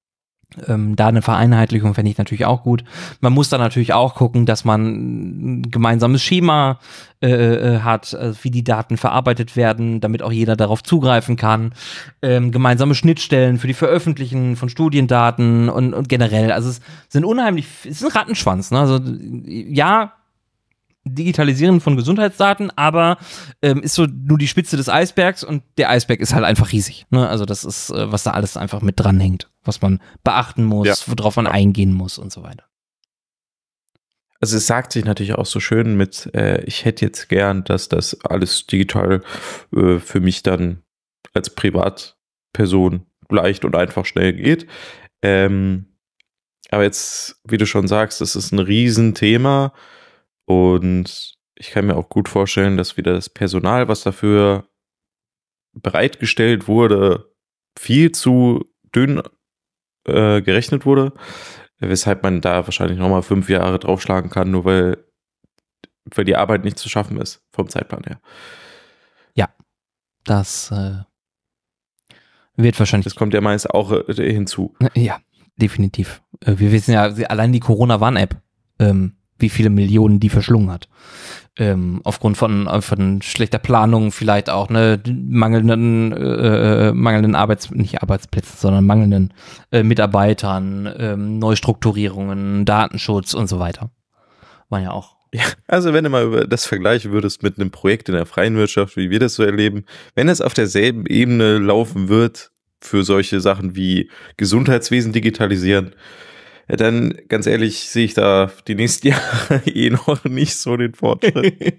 Ähm, da eine Vereinheitlichung fände ich natürlich auch gut. Man muss dann natürlich auch gucken, dass man ein gemeinsames Schema äh, äh, hat, äh, wie die Daten verarbeitet werden, damit auch jeder darauf zugreifen kann. Ähm, gemeinsame Schnittstellen für die Veröffentlichen von Studiendaten und, und generell. Also es sind unheimlich, es ist ein Rattenschwanz. Ne? Also ja, Digitalisieren von Gesundheitsdaten, aber ähm, ist so nur die Spitze des Eisbergs und der Eisberg ist halt einfach riesig. Ne? Also das ist, äh, was da alles einfach mit dranhängt, was man beachten muss, ja. worauf man eingehen muss und so weiter. Also es sagt sich natürlich auch so schön mit, äh, ich hätte jetzt gern, dass das alles digital äh, für mich dann als Privatperson leicht und einfach schnell geht. Ähm, aber jetzt, wie du schon sagst, das ist ein Riesenthema. Und ich kann mir auch gut vorstellen, dass wieder das Personal, was dafür bereitgestellt wurde, viel zu dünn äh, gerechnet wurde, weshalb man da wahrscheinlich nochmal fünf Jahre draufschlagen kann, nur weil, weil die Arbeit nicht zu schaffen ist, vom Zeitplan her. Ja, das äh, wird wahrscheinlich... Das kommt ja meist auch äh, hinzu. Ja, definitiv. Äh, wir wissen ja, allein die Corona-Warn-App, ähm, wie viele Millionen die verschlungen hat. Ähm, aufgrund von, von schlechter Planung vielleicht auch, ne, mangelnden, äh, mangelnden Arbeits, nicht Arbeitsplätzen, sondern mangelnden äh, Mitarbeitern, ähm, Neustrukturierungen, Datenschutz und so weiter. War ja auch. Ja, also wenn du mal über das vergleichen würdest mit einem Projekt in der freien Wirtschaft, wie wir das so erleben, wenn es auf derselben Ebene laufen wird für solche Sachen wie Gesundheitswesen digitalisieren, ja, dann, ganz ehrlich, sehe ich da die nächsten Jahre eh noch nicht so den Fortschritt.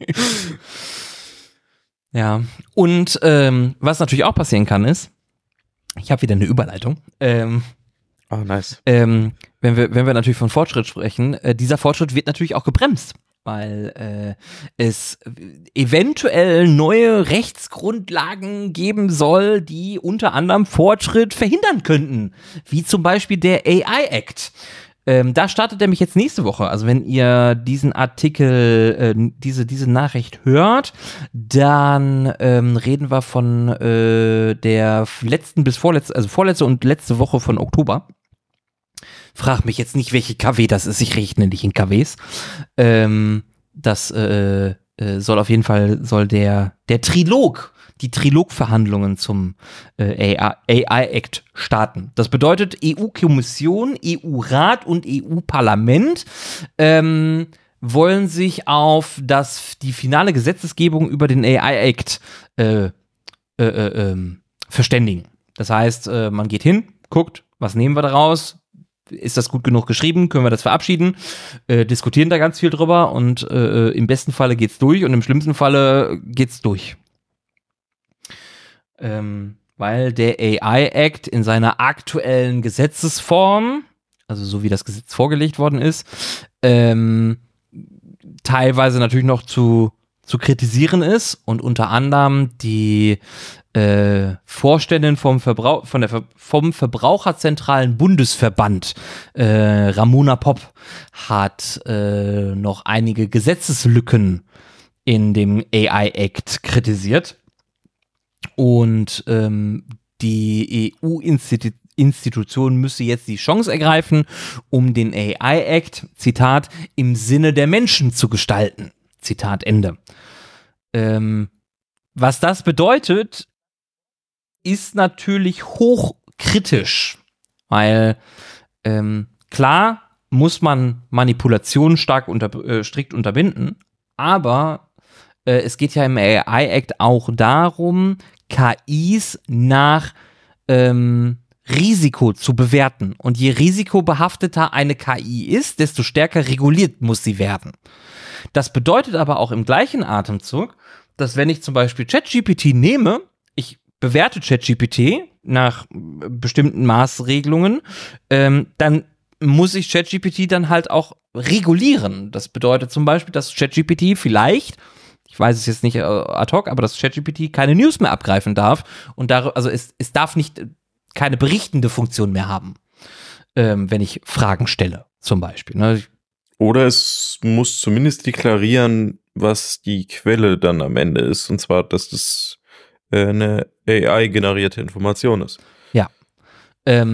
Ja, und ähm, was natürlich auch passieren kann, ist, ich habe wieder eine Überleitung. Ähm, oh, nice. Ähm, wenn wir, wenn wir natürlich von Fortschritt sprechen, äh, dieser Fortschritt wird natürlich auch gebremst, weil äh, es eventuell neue Rechtsgrundlagen geben soll, die unter anderem Fortschritt verhindern könnten, wie zum Beispiel der A I Act. Ähm, da startet er mich jetzt nächste Woche. Also wenn ihr diesen Artikel, äh, diese diese Nachricht hört, dann ähm, reden wir von äh, der letzten bis vorletzte, also vorletzte und letzte Woche von Oktober. Frag mich jetzt nicht, welche K W das ist. Ich rechne nicht in K Ws. Ähm, das äh, äh, soll auf jeden Fall, soll der, der Trilog, die Trilogverhandlungen zum äh, A I-Act starten. Das bedeutet, E U-Kommission, E U-Rat und E U-Parlament ähm, wollen sich auf das, die finale Gesetzesgebung über den A I-Act äh, äh, äh, äh, verständigen. Das heißt, äh, man geht hin, guckt, was nehmen wir daraus? Ist das gut genug geschrieben? Können wir das verabschieden? Äh, diskutieren da ganz viel drüber und äh, im besten Falle geht's durch und im schlimmsten Falle geht's durch. Ähm, weil der A I-Act in seiner aktuellen Gesetzesform, also so wie das Gesetz vorgelegt worden ist, ähm, teilweise natürlich noch zu, zu kritisieren ist und unter anderem die äh, Vorständin vom, Verbrauch, von der Ver vom Verbraucherzentralen Bundesverband, äh, Ramona Popp, hat äh, noch einige Gesetzeslücken in dem A I-Act kritisiert. Und ähm, die E U-Institution müsse jetzt die Chance ergreifen, um den A I-Act, Zitat, im Sinne der Menschen zu gestalten. Zitat Ende. Ähm, was das bedeutet, ist natürlich hochkritisch, weil ähm, klar muss man Manipulationen stark unter, äh, strikt unterbinden, aber äh, es geht ja im A I-Act auch darum, K Is nach ähm, Risiko zu bewerten. Und je risikobehafteter eine K I ist, desto stärker reguliert muss sie werden. Das bedeutet aber auch im gleichen Atemzug, dass wenn ich zum Beispiel ChatGPT nehme, ich bewerte ChatGPT nach bestimmten Maßregelungen, ähm, dann muss ich ChatGPT dann halt auch regulieren. Das bedeutet zum Beispiel, dass ChatGPT vielleicht, ich weiß es jetzt nicht ad hoc, aber dass ChatGPT keine News mehr abgreifen darf und dar- also es, es darf nicht keine berichtende Funktion mehr haben, ähm, wenn ich Fragen stelle, zum Beispiel. Ne? Oder es muss zumindest deklarieren, was die Quelle dann am Ende ist, und zwar, dass das äh, eine A I-generierte Information ist. Ja. Ähm,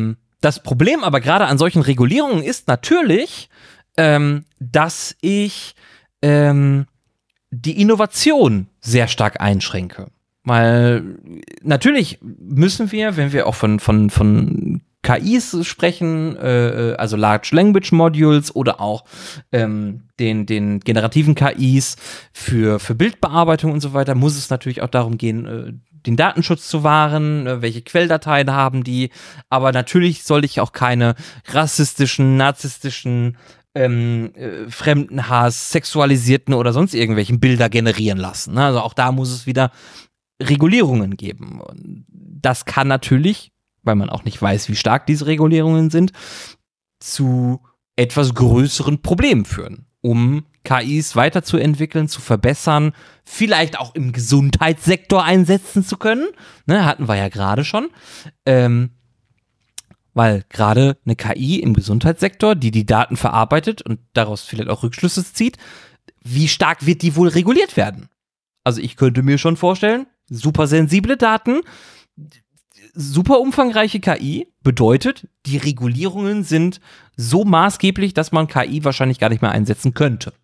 Das Problem aber gerade an solchen Regulierungen ist natürlich, ähm, dass ich ähm, die Innovation sehr stark einschränke. Weil natürlich müssen wir, wenn wir auch von, von, von K Is sprechen, äh, also Large Language Modules oder auch ähm, den, den generativen K Is für, für Bildbearbeitung und so weiter, muss es natürlich auch darum gehen, äh, den Datenschutz zu wahren, äh, welche Quelldateien haben die, aber natürlich soll ich auch keine rassistischen, narzisstischen, ähm, äh, Fremdenhass, sexualisierten oder sonst irgendwelchen Bilder generieren lassen. Ne? Also auch da muss es wieder Regulierungen geben. Und das kann natürlich, weil man auch nicht weiß, wie stark diese Regulierungen sind, zu etwas größeren Problemen führen, um K Is weiterzuentwickeln, zu verbessern, vielleicht auch im Gesundheitssektor einsetzen zu können. Ne, hatten wir ja gerade schon. Ähm, weil gerade eine K I im Gesundheitssektor, die die Daten verarbeitet und daraus vielleicht auch Rückschlüsse zieht, wie stark wird die wohl reguliert werden? Also ich könnte mir schon vorstellen, super sensible Daten, super umfangreiche K I bedeutet, die Regulierungen sind so maßgeblich, dass man K I wahrscheinlich gar nicht mehr einsetzen könnte.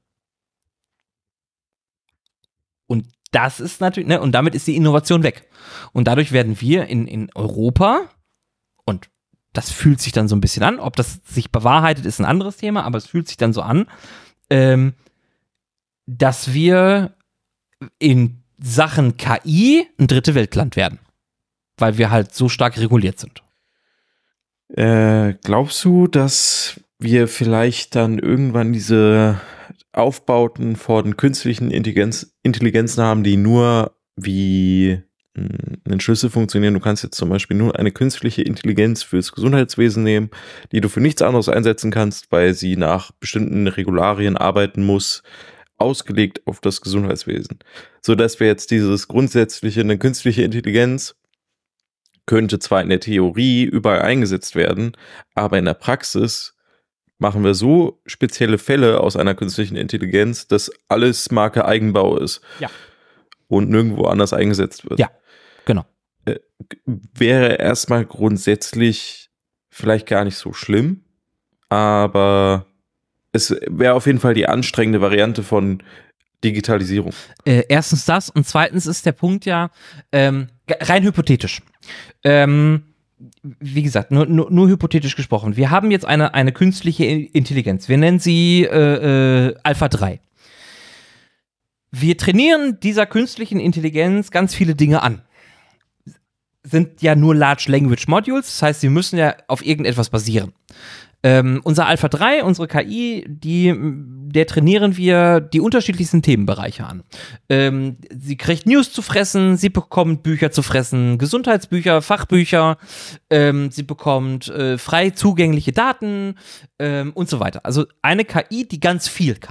Und das ist natürlich, ne, und damit ist die Innovation weg. Und dadurch werden wir in, in Europa, und das fühlt sich dann so ein bisschen an, ob das sich bewahrheitet, ist ein anderes Thema, aber es fühlt sich dann so an, ähm, dass wir in Sachen K I ein dritte Weltland werden. Weil wir halt so stark reguliert sind. Äh, glaubst du, dass wir vielleicht dann irgendwann diese Aufbauten von künstlichen Intelligenz, Intelligenzen haben, die nur wie ein Schlüssel funktionieren? Du kannst jetzt zum Beispiel nur eine künstliche Intelligenz fürs Gesundheitswesen nehmen, die du für nichts anderes einsetzen kannst, weil sie nach bestimmten Regularien arbeiten muss, ausgelegt auf das Gesundheitswesen. Sodass wir jetzt dieses grundsätzliche, eine künstliche Intelligenz könnte zwar in der Theorie überall eingesetzt werden, aber in der Praxis machen wir so spezielle Fälle aus einer künstlichen Intelligenz, dass alles Marke Eigenbau ist. Ja. Und nirgendwo anders eingesetzt wird. Ja, genau. Äh, wäre erstmal grundsätzlich vielleicht gar nicht so schlimm, aber es wäre auf jeden Fall die anstrengende Variante von Digitalisierung. Äh, erstens das und zweitens ist der Punkt ja ähm, rein hypothetisch. Ähm, wie gesagt, nur, nur, nur hypothetisch gesprochen. Wir haben jetzt eine, eine künstliche Intelligenz. Wir nennen sie äh, äh, Alpha drei. Wir trainieren dieser künstlichen Intelligenz ganz viele Dinge an. Sind ja nur Large Language Modules, das heißt, sie müssen ja auf irgendetwas basieren. Ähm, unser Alpha drei, unsere K I, die, der trainieren wir die unterschiedlichsten Themenbereiche an. Ähm, sie kriegt News zu fressen, sie bekommt Bücher zu fressen, Gesundheitsbücher, Fachbücher, ähm, sie bekommt äh, frei zugängliche Daten ähm, und so weiter. Also eine K I, die ganz viel kann.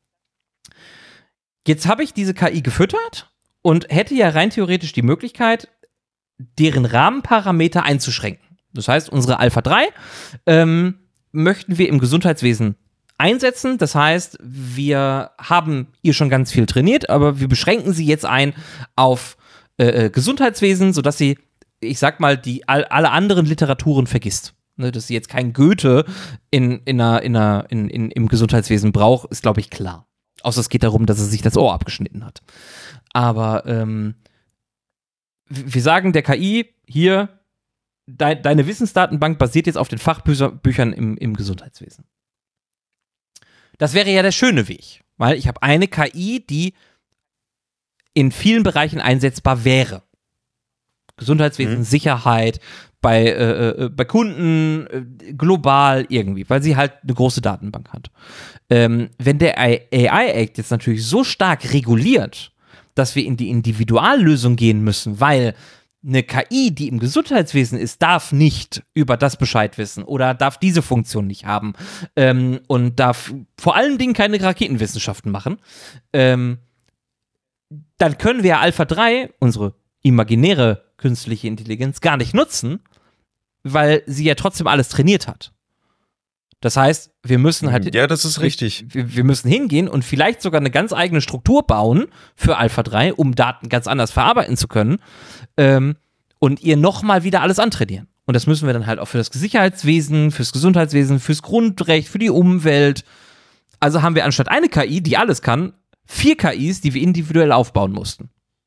Jetzt habe ich diese K I gefüttert und hätte ja rein theoretisch die Möglichkeit, deren Rahmenparameter einzuschränken. Das heißt, unsere Alpha drei ähm, möchten wir im Gesundheitswesen einsetzen. Das heißt, wir haben ihr schon ganz viel trainiert, aber wir beschränken sie jetzt ein auf äh, Gesundheitswesen, sodass sie, ich sag mal, die all, alle anderen Literaturen vergisst. Ne, dass sie jetzt kein Goethe in, in einer, in einer, in, in, im Gesundheitswesen braucht, ist, glaube ich, klar. Außer es geht darum, dass er sich das Ohr abgeschnitten hat. Aber ähm, wir sagen der K I, hier, de- deine Wissensdatenbank basiert jetzt auf den Fachbüchern im, im Gesundheitswesen. Das wäre ja der schöne Weg, weil ich habe eine K I, die in vielen Bereichen einsetzbar wäre. Gesundheitswesen, mhm. Sicherheit, bei, äh, äh, bei Kunden, äh, global irgendwie, weil sie halt eine große Datenbank hat. Ähm, wenn der A I-Act jetzt natürlich so stark reguliert, dass wir in die Individuallösung gehen müssen, weil eine K I, die im Gesundheitswesen ist, darf nicht über das Bescheid wissen oder darf diese Funktion nicht haben ähm, und darf vor allen Dingen keine Raketenwissenschaften machen, ähm, dann können wir Alpha drei, unsere imaginäre künstliche Intelligenz, gar nicht nutzen, weil sie ja trotzdem alles trainiert hat. Das heißt, wir müssen halt... Ja, das ist richtig. Wir, wir müssen hingehen und vielleicht sogar eine ganz eigene Struktur bauen für Alpha drei, um Daten ganz anders verarbeiten zu können ähm, und ihr nochmal wieder alles antrainieren. Und das müssen wir dann halt auch für das Sicherheitswesen, fürs Gesundheitswesen, fürs Grundrecht, für die Umwelt. Also haben wir anstatt eine K I, die alles kann, vier K Is, die wir individuell aufbauen mussten.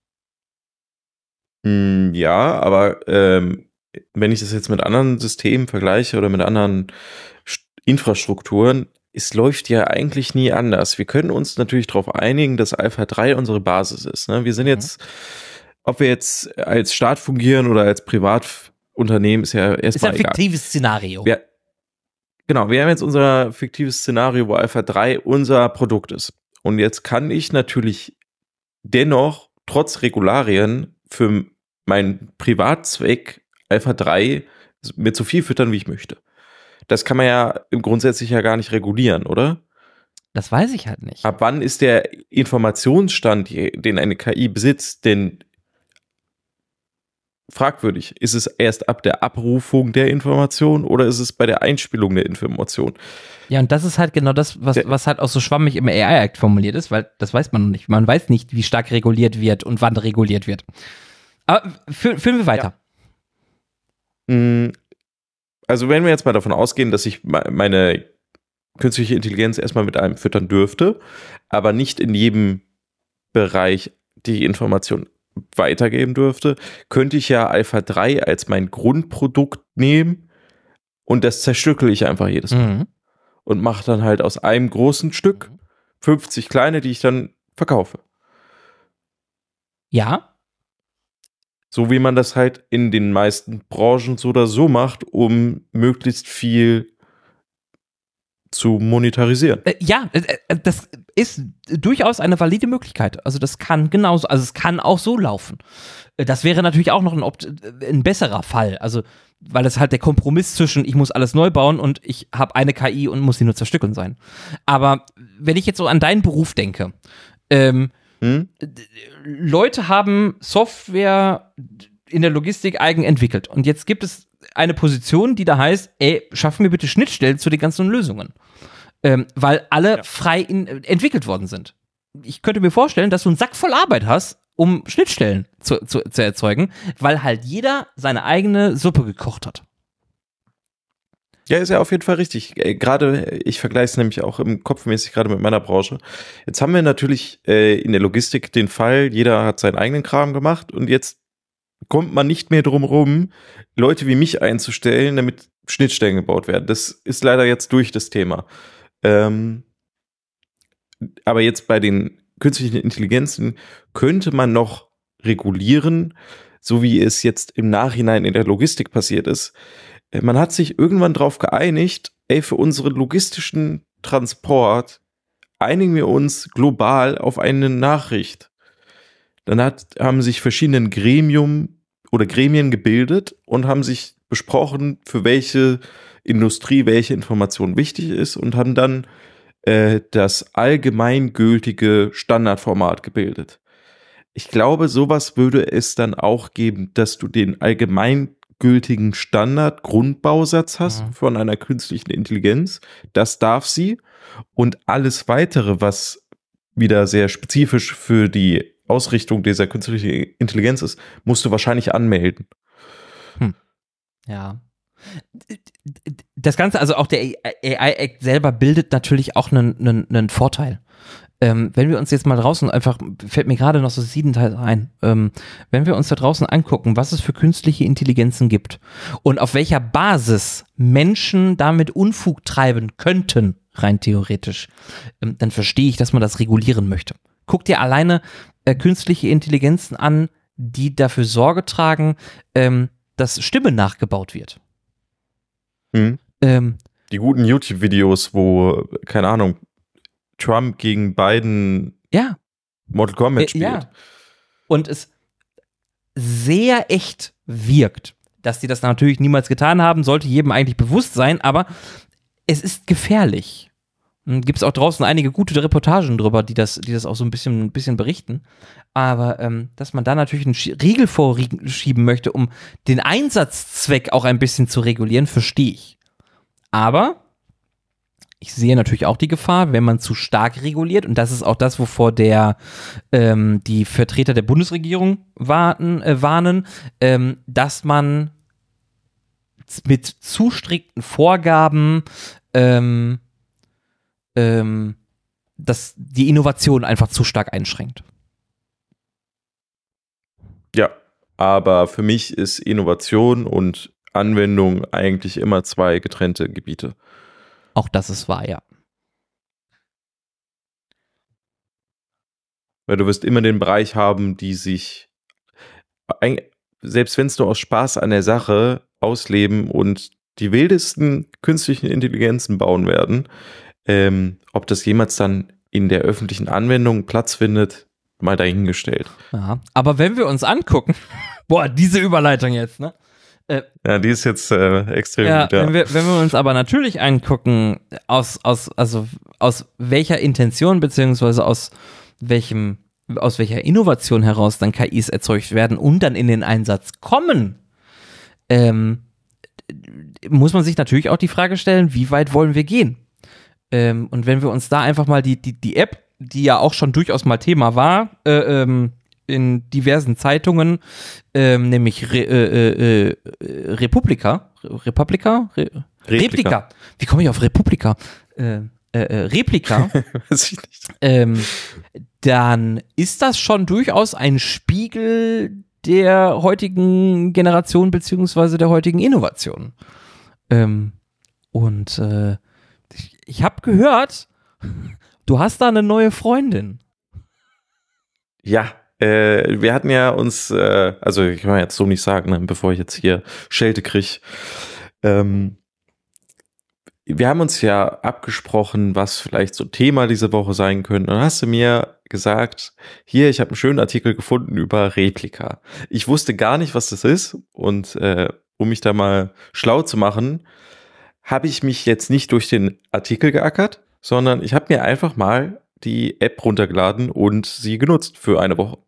Ja, aber ähm, wenn ich das jetzt mit anderen Systemen vergleiche oder mit anderen St- Infrastrukturen, es läuft ja eigentlich nie anders. Wir können uns natürlich darauf einigen, dass Alpha drei unsere Basis ist. Ne? Wir sind jetzt, ob wir jetzt als Staat fungieren oder als Privatunternehmen, ist ja erstmal Ist ein egal. fiktives Szenario. Wir, genau, wir haben jetzt unser fiktives Szenario, wo Alpha drei unser Produkt ist. Und jetzt kann ich natürlich dennoch trotz Regularien für meinen Privatzweck Alpha drei mit so viel füttern, wie ich möchte. Das kann man ja im grundsätzlich ja gar nicht regulieren, oder? Das weiß ich halt nicht. Ab wann ist der Informationsstand, den eine K I besitzt, denn fragwürdig? Ist es erst ab der Abrufung der Information oder ist es bei der Einspielung der Information? Ja, und das ist halt genau das, was, was halt auch so schwammig im A I-Act formuliert ist, weil das weiß man noch nicht. Man weiß nicht, wie stark reguliert wird und wann reguliert wird. Aber fü- führen wir weiter. Ja. Also wenn wir jetzt mal davon ausgehen, dass ich meine künstliche Intelligenz erstmal mit einem füttern dürfte, aber nicht in jedem Bereich die Information weitergeben dürfte, könnte ich ja Alpha drei als mein Grundprodukt nehmen und das zerstückel ich einfach jedes Mal. Mhm. Und mache dann halt aus einem großen Stück fünfzig kleine, die ich dann verkaufe. Ja. So wie man das halt in den meisten Branchen so oder so macht, um möglichst viel zu monetarisieren. Äh, ja, äh, äh, das ist durchaus eine valide Möglichkeit. Also das kann genauso, also es kann auch so laufen. Äh, das wäre natürlich auch noch ein, Opt- ein besserer Fall. Also, weil es halt der Kompromiss zwischen ich muss alles neu bauen und ich habe eine K I und muss sie nur zerstückeln sein. Aber wenn ich jetzt so an deinen Beruf denke, ähm, Hm? Leute haben Software in der Logistik eigen entwickelt. Und jetzt gibt es eine Position, die da heißt, ey, schaffen wir bitte Schnittstellen zu den ganzen Lösungen. Ähm, weil alle Ja. frei in, äh, entwickelt worden sind. Ich könnte mir vorstellen, dass du einen Sack voll Arbeit hast, um Schnittstellen zu, zu, zu erzeugen, weil halt jeder seine eigene Suppe gekocht hat. Ja, ist ja auf jeden Fall richtig. Äh, Gerade, ich vergleiche es nämlich auch im Kopfmäßig gerade mit meiner Branche. Jetzt haben wir natürlich äh, in der Logistik den Fall, jeder hat seinen eigenen Kram gemacht und jetzt kommt man nicht mehr drum rum, Leute wie mich einzustellen, damit Schnittstellen gebaut werden. Das ist leider jetzt durch das Thema. Ähm, aber jetzt bei den künstlichen Intelligenzen könnte man noch regulieren, so wie es jetzt im Nachhinein in der Logistik passiert ist. Man hat sich irgendwann darauf geeinigt, ey, für unseren logistischen Transport einigen wir uns global auf eine Nachricht. Dann hat, haben sich verschiedene Gremium oder Gremien gebildet und haben sich besprochen, für welche Industrie welche Information wichtig ist und haben dann äh, das allgemeingültige Standardformat gebildet. Ich glaube, sowas würde es dann auch geben, dass du den allgemeingültigen Standard-Grundbausatz hast Mhm. von einer künstlichen Intelligenz. Das darf sie. Und alles weitere, was wieder sehr spezifisch für die Ausrichtung dieser künstlichen Intelligenz ist, musst du wahrscheinlich anmelden. Ja. Das Ganze, also auch der A I-Act selber bildet natürlich auch einen, einen, einen Vorteil. Ähm, wenn wir uns jetzt mal draußen einfach, fällt mir gerade noch so siebenteils ein, ähm, wenn wir uns da draußen angucken, was es für künstliche Intelligenzen gibt und auf welcher Basis Menschen damit Unfug treiben könnten, rein theoretisch, ähm, dann verstehe ich, dass man das regulieren möchte. Guck dir alleine äh, künstliche Intelligenzen an, die dafür Sorge tragen, ähm, dass Stimme nachgebaut wird. Hm. Ähm, Die guten YouTube-Videos, wo, keine Ahnung, Trump gegen Biden ja. Mortal Kombat Äh, spielt. ja. Und es sehr echt wirkt. Dass die das natürlich niemals getan haben, sollte jedem eigentlich bewusst sein, aber es ist gefährlich. Gibt es auch draußen einige gute Reportagen drüber, die das, die das auch so ein bisschen, ein bisschen berichten. Aber ähm, dass man da natürlich einen Sch- Riegel vorschieben möchte, um den Einsatzzweck auch ein bisschen zu regulieren, verstehe ich. Aber ich sehe natürlich auch die Gefahr, wenn man zu stark reguliert, und das ist auch das, wovor der ähm, die Vertreter der Bundesregierung warten, äh, warnen, ähm, dass man mit zu strikten Vorgaben ähm, ähm, dass die Innovation einfach zu stark einschränkt. Ja, aber für mich ist Innovation und Anwendung eigentlich immer zwei getrennte Gebiete. Auch das ist wahr, ja. Weil du wirst immer den Bereich haben, die sich, selbst wenn es nur aus Spaß an der Sache ausleben und die wildesten künstlichen Intelligenzen bauen werden, ähm, ob das jemals dann in der öffentlichen Anwendung Platz findet, mal dahingestellt. Ja, aber wenn wir uns angucken, boah, diese Überleitung jetzt, ne? Äh, ja, die ist jetzt äh, extrem ja, gut, ja. Wenn wir, wenn wir uns aber natürlich angucken, aus, aus, also aus welcher Intention, beziehungsweise aus welchem, aus welcher Innovation heraus dann K Is erzeugt werden und dann in den Einsatz kommen, ähm, muss man sich natürlich auch die Frage stellen, wie weit wollen wir gehen? Ähm, und wenn wir uns da einfach mal die, die, die App, die ja auch schon durchaus mal Thema war, äh, ähm, in diversen Zeitungen, ähm, nämlich Re, äh, äh, Republika, Republika? Re, Replika. Replika. Wie komme ich auf Republika? Äh, äh, äh, Replika. Weiß ich nicht. Ähm, dann ist das schon durchaus ein Spiegel der heutigen Generation beziehungsweise der heutigen Innovation. Ähm, und äh, ich, ich habe gehört, du hast da eine neue Freundin. Ja, äh, wir hatten ja uns, äh, also ich kann jetzt so nicht sagen, ne, bevor ich jetzt hier Schelte kriege. Ähm, wir haben uns ja abgesprochen, was vielleicht so Thema diese Woche sein könnte. Und dann hast du mir gesagt, hier, ich habe einen schönen Artikel gefunden über Replika. Ich wusste gar nicht, was das ist. Und äh, um mich da mal schlau zu machen, habe ich mich jetzt nicht durch den Artikel geackert, sondern ich habe mir einfach mal die App runtergeladen und sie genutzt für eine Woche.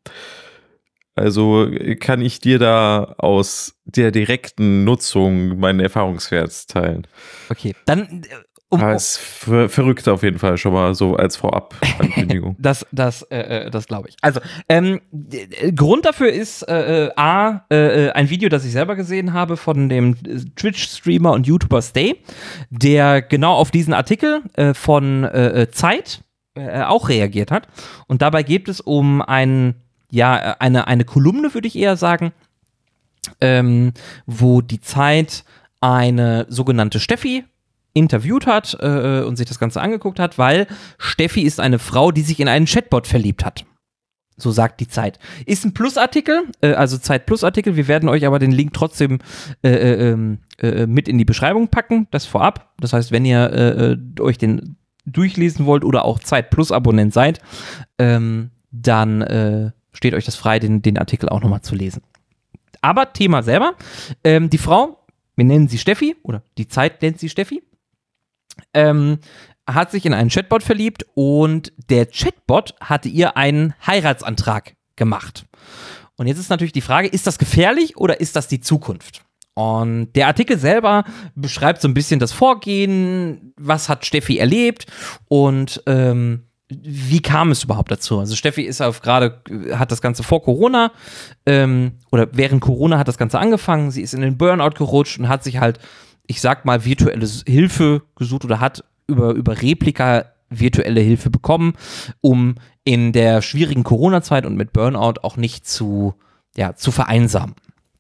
Also kann ich dir da aus der direkten Nutzung meinen Erfahrungswert teilen. Okay, dann um, Aber es ist ver- verrückt auf jeden Fall schon mal so als Vorab-Ankündigung. das, das, äh, das glaube ich. Also ähm, d- Grund dafür ist äh, a äh, ein Video, das ich selber gesehen habe von dem Twitch-Streamer und YouTuber Stay, der genau auf diesen Artikel äh, von äh, Zeit äh, auch reagiert hat. Und dabei geht es um ein ja, eine, eine Kolumne, würde ich eher sagen, ähm, wo die Zeit eine sogenannte Steffi interviewt hat äh, und sich das Ganze angeguckt hat, weil Steffi ist eine Frau, die sich in einen Chatbot verliebt hat. So sagt die Zeit. Ist ein Plusartikel, äh, also Zeit-Plus-Artikel. Wir werden euch aber den Link trotzdem äh, äh, äh, mit in die Beschreibung packen, das vorab. Das heißt, wenn ihr äh, euch den durchlesen wollt oder auch Zeit-Plus-Abonnent seid, ähm, dann äh, steht euch das frei, den, den Artikel auch nochmal zu lesen. Aber Thema selber, ähm, die Frau, wir nennen sie Steffi, oder die Zeit nennt sie Steffi, ähm, hat sich in einen Chatbot verliebt und der Chatbot hatte ihr einen Heiratsantrag gemacht. Und jetzt ist natürlich die Frage, ist das gefährlich oder ist das die Zukunft? Und der Artikel selber beschreibt so ein bisschen das Vorgehen, was hat Steffi erlebt und ähm, wie kam es überhaupt dazu? Also Steffi ist auf gerade, hat das Ganze vor Corona ähm, oder während Corona hat das Ganze angefangen. Sie ist in den Burnout gerutscht und hat sich halt, ich sag mal, virtuelle Hilfe gesucht oder hat über, über Replika virtuelle Hilfe bekommen, um in der schwierigen Corona-Zeit und mit Burnout auch nicht zu, ja, zu vereinsamen.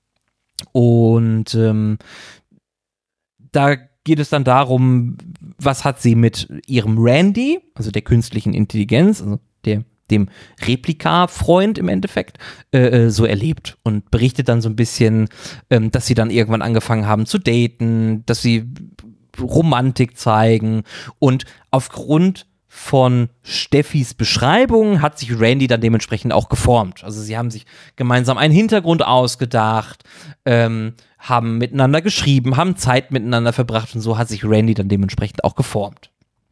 Und ähm, da geht es dann darum, was hat sie mit ihrem Randy, also der künstlichen Intelligenz, also der, dem Replika-Freund im Endeffekt, äh, so erlebt und berichtet dann so ein bisschen, ähm, dass sie dann irgendwann angefangen haben zu daten, dass sie Romantik zeigen und aufgrund von Steffis Beschreibung hat sich Randy dann dementsprechend auch geformt. Also sie haben sich gemeinsam einen Hintergrund ausgedacht, ähm, haben miteinander geschrieben, haben Zeit miteinander verbracht und so hat sich Randy dann dementsprechend auch geformt.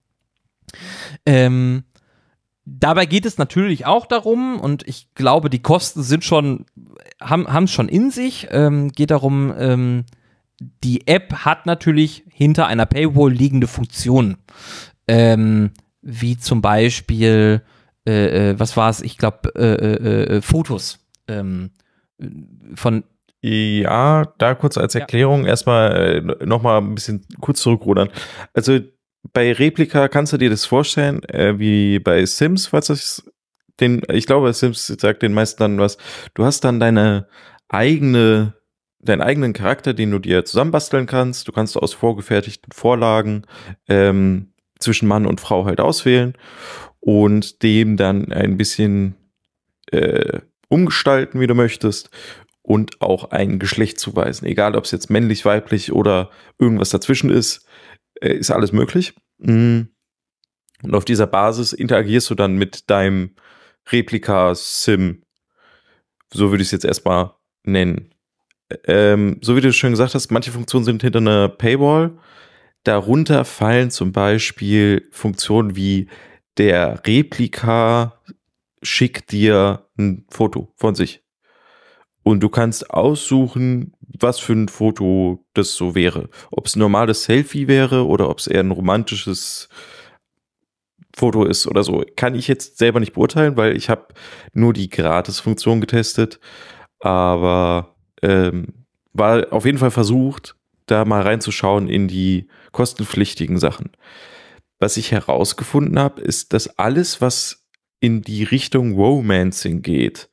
Ähm, dabei geht es natürlich auch darum, und ich glaube, die Kosten sind schon, haben es schon in sich, ähm, geht darum, ähm, die App hat natürlich hinter einer Paywall liegende Funktionen. Ähm, wie zum Beispiel, äh, was war es, ich glaube, äh, äh, äh, Fotos ähm, von Ja, da kurz als Erklärung ja. erstmal äh, nochmal ein bisschen kurz zurückrudern. Also bei Replika kannst du dir das vorstellen, äh, wie bei Sims, falls das den, ich glaube, Sims sagt den meisten dann was. Du hast dann deine eigene, deinen eigenen Charakter, den du dir zusammenbasteln kannst. Du kannst aus vorgefertigten Vorlagen ähm, zwischen Mann und Frau halt auswählen und dem dann ein bisschen äh, umgestalten, wie du möchtest, und auch ein Geschlecht zuweisen. Egal, ob es jetzt männlich, weiblich oder irgendwas dazwischen ist, äh, ist alles möglich. Und auf dieser Basis interagierst du dann mit deinem Replika-Sim. So würde ich es jetzt erstmal nennen. Ähm, so wie du schon gesagt hast, manche Funktionen sind hinter einer Paywall. Darunter fallen zum Beispiel Funktionen wie der Replika schickt dir ein Foto von sich. Und du kannst aussuchen, was für ein Foto das so wäre. Ob es ein normales Selfie wäre oder ob es eher ein romantisches Foto ist oder so. Kann ich jetzt selber nicht beurteilen, weil ich habe nur die Gratis-Funktion getestet. Aber ähm, war auf jeden Fall versucht, da mal reinzuschauen in die kostenpflichtigen Sachen. Was ich herausgefunden habe, ist, dass alles, was in die Richtung Romancing geht,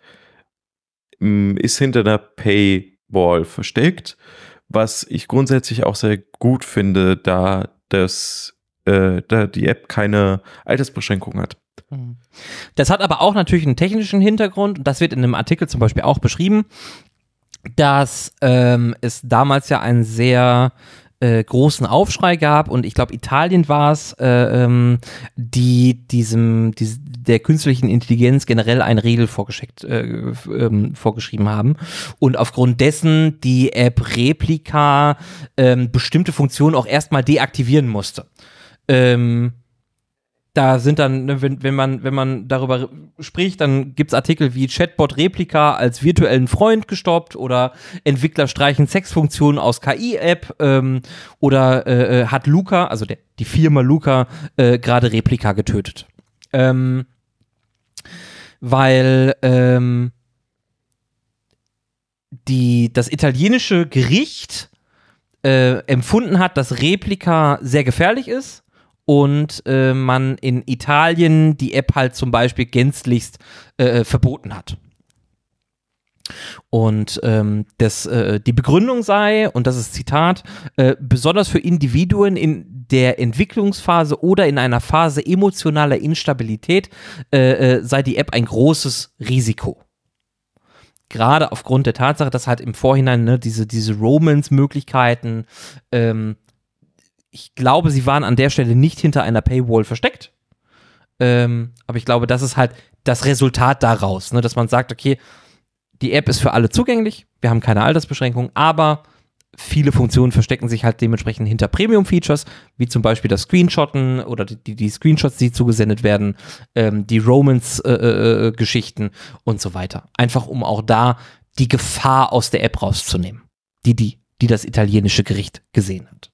ist hinter einer Paywall versteckt, was ich grundsätzlich auch sehr gut finde, da das, äh, da die App keine Altersbeschränkung hat. Das hat aber auch natürlich einen technischen Hintergrund und das wird in einem Artikel zum Beispiel auch beschrieben, dass ähm, es damals ja einen sehr äh, großen Aufschrei gab und ich glaube Italien war es, äh, ähm, die diesem die, der künstlichen Intelligenz generell eine Regel vorgeschickt, äh, ähm, vorgeschrieben haben und aufgrund dessen die App Replika ähm, bestimmte Funktionen auch erstmal deaktivieren musste. Ähm, Da sind dann, ne, wenn, wenn man, wenn man darüber spricht, dann gibt's Artikel wie Chatbot Replika als virtuellen Freund gestoppt oder Entwickler streichen Sexfunktionen aus K I-App ähm, oder äh, hat Luca, also der, die Firma Luca, äh, gerade Replika getötet. Ähm, weil ähm, die, das italienische Gericht äh, empfunden hat, dass Replika sehr gefährlich ist. Und äh, man in Italien die App halt zum Beispiel gänzlichst äh, verboten hat. Und ähm, das, äh, die Begründung sei, und das ist Zitat, äh, besonders für Individuen in der Entwicklungsphase oder in einer Phase emotionaler Instabilität äh, äh, sei die App ein großes Risiko. Gerade aufgrund der Tatsache, dass halt im Vorhinein ne, diese, diese Romance-Möglichkeiten ähm, ich glaube, sie waren an der Stelle nicht hinter einer Paywall versteckt. Ähm, aber ich glaube, das ist halt das Resultat daraus, ne? Dass man sagt, okay, die App ist für alle zugänglich, wir haben keine Altersbeschränkung, aber viele Funktionen verstecken sich halt dementsprechend hinter Premium-Features, wie zum Beispiel das Screenshotten oder die, die Screenshots, die zugesendet werden, ähm, die Romance-Geschichten äh, äh, und so weiter. Einfach, um auch da die Gefahr aus der App rauszunehmen, die, die, die das italienische Gericht gesehen hat.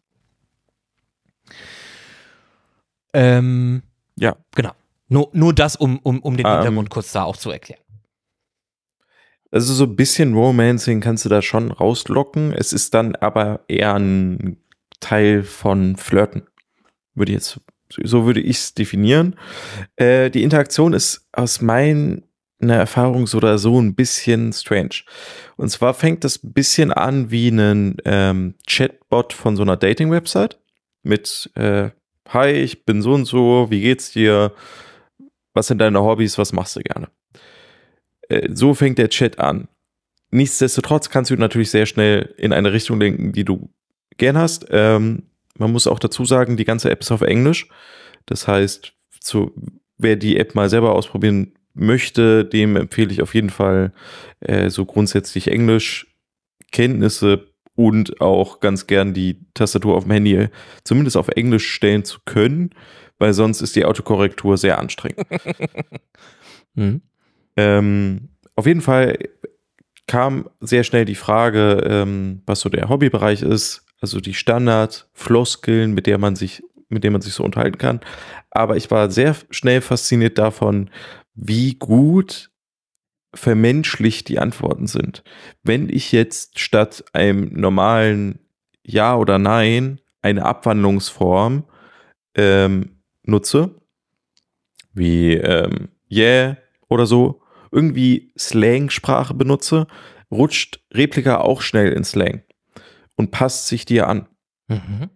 Ähm, ja, genau. Nur, nur das, um, um, um den um, Hintergrund kurz da auch zu erklären. Also so ein bisschen Romancing kannst du da schon rauslocken. Es ist dann aber eher ein Teil von Flirten. Würde jetzt, so würde ich es definieren. Äh, die Interaktion ist aus meiner Erfahrung so oder so ein bisschen strange. Und zwar fängt das ein bisschen an wie ein ähm, Chatbot von so einer Dating-Website mit äh, Hi, ich bin so und so, wie geht's dir? Was sind deine Hobbys? Was machst du gerne? Äh, so fängt der Chat an. Nichtsdestotrotz kannst du natürlich sehr schnell in eine Richtung lenken, die du gern hast. Ähm, man muss auch dazu sagen, die ganze App ist auf Englisch. Das heißt, zu, wer die App mal selber ausprobieren möchte, dem empfehle ich auf jeden Fall äh, so grundsätzlich Englischkenntnisse und auch ganz gern die Tastatur auf dem Handy zumindest auf Englisch stellen zu können, weil sonst ist die Autokorrektur sehr anstrengend. mhm. ähm, auf jeden Fall kam sehr schnell die Frage, ähm, was so der Hobbybereich ist, also die Standard-Floskeln, mit der man sich, mit denen man sich so unterhalten kann. Aber ich war sehr schnell fasziniert davon, wie gut vermenschlicht die Antworten sind. Wenn ich jetzt statt einem normalen Ja oder Nein eine Abwandlungsform ähm, nutze, wie ähm, Yeah oder so, irgendwie Slang-Sprache benutze, rutscht Replika auch schnell in Slang und passt sich dir an. Mhm.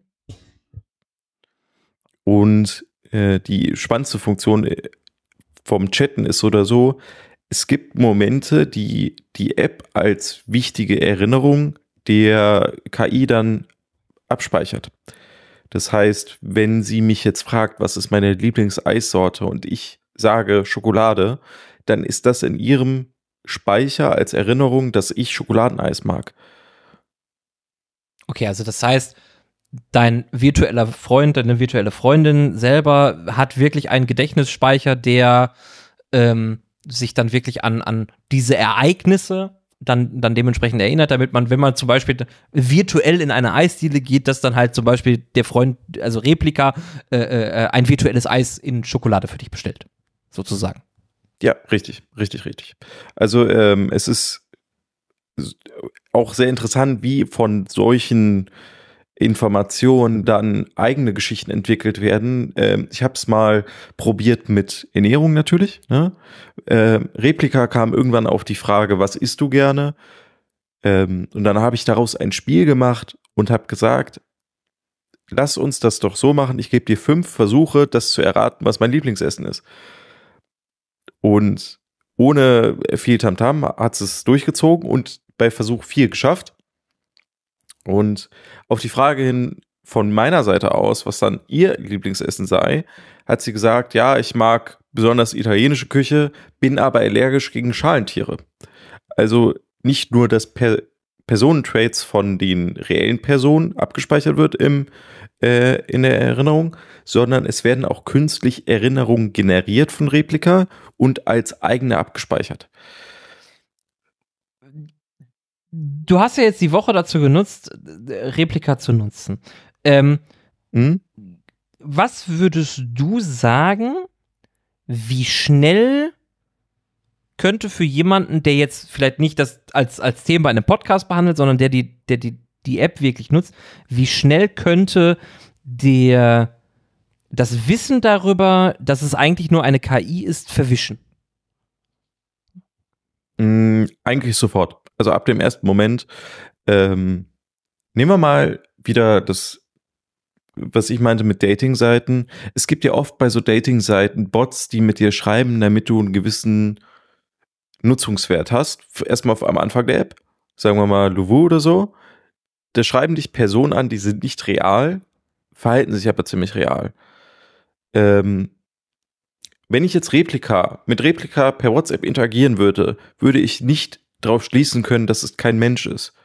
Und äh, die spannendste Funktion vom Chatten ist oder so, es gibt Momente, die die App als wichtige Erinnerung der K I dann abspeichert. Das heißt, wenn sie mich jetzt fragt, was ist meine Lieblingseissorte und ich sage Schokolade, dann ist das in ihrem Speicher als Erinnerung, dass ich Schokoladeneis mag. Okay, also das heißt, dein virtueller Freund, deine virtuelle Freundin selber hat wirklich einen Gedächtnisspeicher, der ähm, sich dann wirklich an, an diese Ereignisse dann, dann dementsprechend erinnert, damit man, wenn man zum Beispiel virtuell in eine Eisdiele geht, dass dann halt zum Beispiel der Freund, also Replika, äh, äh, ein virtuelles Eis in Schokolade für dich bestellt, sozusagen. Ja, richtig, richtig, richtig. Also ähm, es ist auch sehr interessant, wie von solchen Informationen dann eigene Geschichten entwickelt werden. Ähm, ich habe es mal probiert mit Ernährung natürlich. Ne? Ähm, Replika kam irgendwann auf die Frage, was isst du gerne? Ähm, und dann habe ich daraus ein Spiel gemacht und habe gesagt, lass uns das doch so machen, ich gebe dir fünf Versuche, das zu erraten, was mein Lieblingsessen ist. Und ohne viel Tamtam hat es durchgezogen und bei Versuch vier geschafft. Und auf die Frage hin von meiner Seite aus, was dann ihr Lieblingsessen sei, hat sie gesagt, ja, ich mag besonders italienische Küche, bin aber allergisch gegen Schalentiere. Also nicht nur, dass per Personentraits von den reellen Personen abgespeichert wird im, äh, in der Erinnerung, sondern es werden auch künstlich Erinnerungen generiert von Replika und als eigene abgespeichert. Du hast ja jetzt die Woche dazu genutzt, Replika zu nutzen. Ähm, Hm? Was würdest du sagen, wie schnell könnte für jemanden, der jetzt vielleicht nicht das als, als Thema in einem Podcast behandelt, sondern der die, der die, die App wirklich nutzt, wie schnell könnte der das Wissen darüber, dass es eigentlich nur eine K I ist, verwischen? Mm, eigentlich sofort. Also ab dem ersten Moment. Ähm, nehmen wir mal wieder das, was ich meinte mit Dating-Seiten. Es gibt ja oft bei so Dating-Seiten Bots, die mit dir schreiben, damit du einen gewissen Nutzungswert hast. Erstmal am Anfang der App, sagen wir mal Luwu oder so. Da schreiben dich Personen an, die sind nicht real, verhalten sich aber ziemlich real. Ähm, wenn ich jetzt Replika, mit Replika per WhatsApp interagieren würde, würde ich nicht darauf schließen können, dass es kein Mensch ist.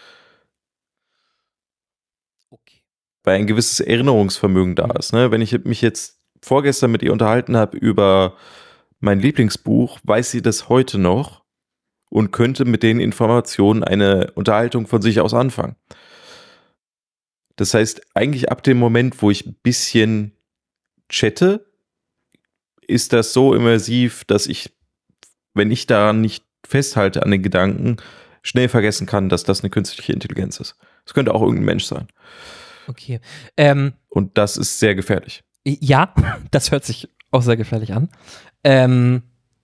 Okay. Weil ein gewisses Erinnerungsvermögen da ist. Ne? Wenn ich mich jetzt vorgestern mit ihr unterhalten habe über mein Lieblingsbuch, weiß sie das heute noch und könnte mit den Informationen eine Unterhaltung von sich aus anfangen. Das heißt, eigentlich ab dem Moment, wo ich ein bisschen chatte, ist das so immersiv, dass ich, wenn ich daran nicht festhalte an den Gedanken, schnell vergessen kann, dass das eine künstliche Intelligenz ist. Es könnte auch irgendein Mensch sein. Okay. Ähm, Und das ist sehr gefährlich. Ja, das hört sich auch sehr gefährlich an. Ähm,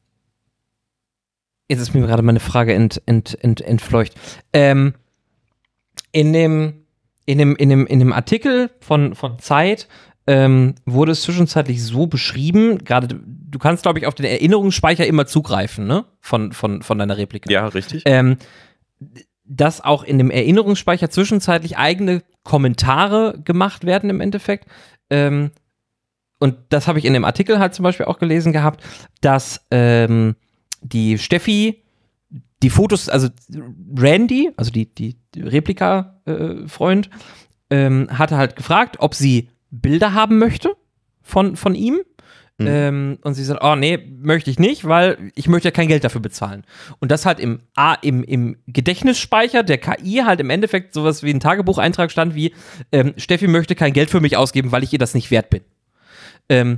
jetzt ist mir gerade meine Frage ent, ent, ent, entfleucht. Ähm, in dem, in dem, in dem, in dem Artikel von, von Zeit ähm, wurde es zwischenzeitlich so beschrieben, gerade du kannst, glaube ich, auf den Erinnerungsspeicher immer zugreifen, ne? Von, von, von deiner Replika. Ja, richtig. Ähm, dass auch in dem Erinnerungsspeicher zwischenzeitlich eigene Kommentare gemacht werden im Endeffekt. Ähm, und das habe ich in dem Artikel halt zum Beispiel auch gelesen gehabt, dass ähm, die Steffi die Fotos, also Randy, also die, die, die Replika-Freund, äh, ähm, hatte halt gefragt, ob sie Bilder haben möchte von, von ihm. Mhm. Ähm, und sie sagt, oh nee, möchte ich nicht, weil ich möchte ja kein Geld dafür bezahlen. Und das halt im, A, im, im Gedächtnisspeicher der K I halt im Endeffekt sowas wie ein Tagebucheintrag stand wie, ähm, Steffi möchte kein Geld für mich ausgeben, weil ich ihr das nicht wert bin. Ähm,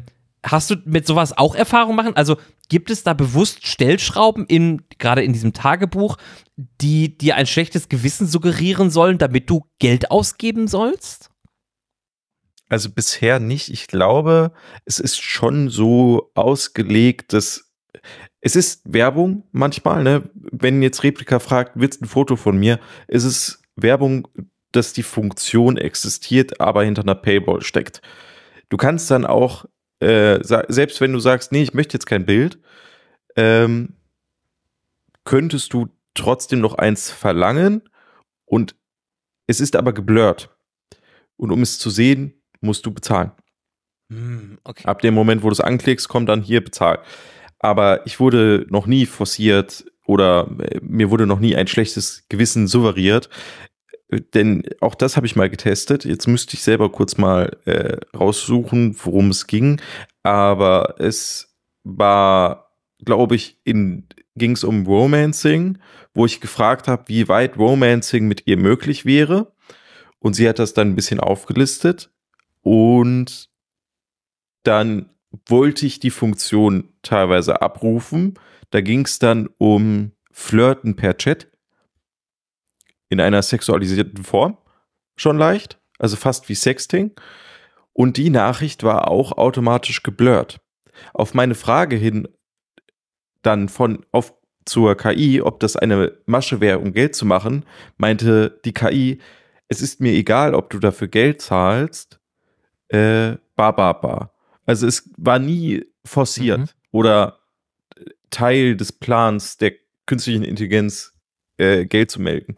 hast du mit sowas auch Erfahrung machen? Also gibt es da bewusst Stellschrauben, in, gerade in diesem Tagebuch, die dir ein schlechtes Gewissen suggerieren sollen, damit du Geld ausgeben sollst? Also bisher nicht. Ich glaube, es ist schon so ausgelegt, dass es ist Werbung manchmal, ne? Wenn jetzt Replika fragt, willst du ein Foto von mir? Ist es Werbung, dass die Funktion existiert, aber hinter einer Paywall steckt. Du kannst dann auch, äh, selbst wenn du sagst, nee, ich möchte jetzt kein Bild, ähm, könntest du trotzdem noch eins verlangen und es ist aber geblurrt. Und um es zu sehen, musst du bezahlen. Mm, okay. Ab dem Moment, wo du es anklickst, kommt dann hier bezahlt. Aber ich wurde noch nie forciert oder mir wurde noch nie ein schlechtes Gewissen suggeriert. Denn auch das habe ich mal getestet. Jetzt müsste ich selber kurz mal äh, raussuchen, worum es ging. Aber es war, glaube ich, in ging es um Romancing, wo ich gefragt habe, wie weit Romancing mit ihr möglich wäre. Und sie hat das dann ein bisschen aufgelistet. Und dann wollte ich die Funktion teilweise abrufen. Da ging es dann um Flirten per Chat. In einer sexualisierten Form. Schon leicht. Also fast wie Sexting. Und die Nachricht war auch automatisch geblurrt. Auf meine Frage hin dann von auf zur K I, ob das eine Masche wäre, um Geld zu machen, meinte die K I, es ist mir egal, ob du dafür Geld zahlst. Äh, bar, bar, bar. Also es war nie forciert mhm. oder Teil des Plans der künstlichen Intelligenz, äh, Geld zu melken.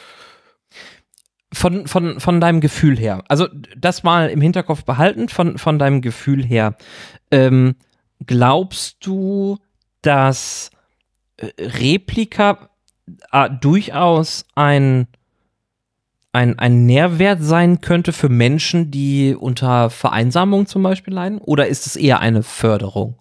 Von, von, von deinem Gefühl her, also das mal im Hinterkopf behalten, von, von deinem Gefühl her, ähm, glaubst du, dass Replika äh, durchaus ein, ein, ein Nährwert sein könnte für Menschen, die unter Vereinsamung zum Beispiel leiden? Oder ist es eher eine Förderung?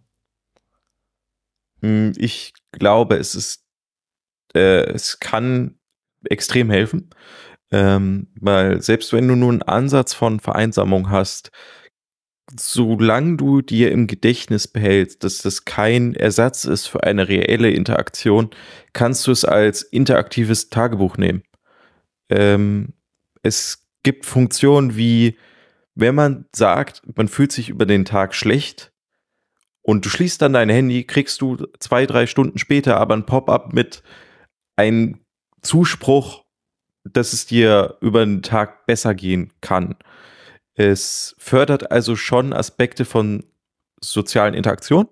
Ich glaube, es ist, äh, es kann extrem helfen. Ähm, weil selbst wenn du nur einen Ansatz von Vereinsamung hast, solange du dir im Gedächtnis behältst, dass das kein Ersatz ist für eine reelle Interaktion, kannst du es als interaktives Tagebuch nehmen. Ähm, es gibt Funktionen wie, wenn man sagt, man fühlt sich über den Tag schlecht und du schließt dann dein Handy, kriegst du zwei, drei Stunden später aber ein Pop-up mit einem Zuspruch, dass es dir über den Tag besser gehen kann. Es fördert also schon Aspekte von sozialen Interaktion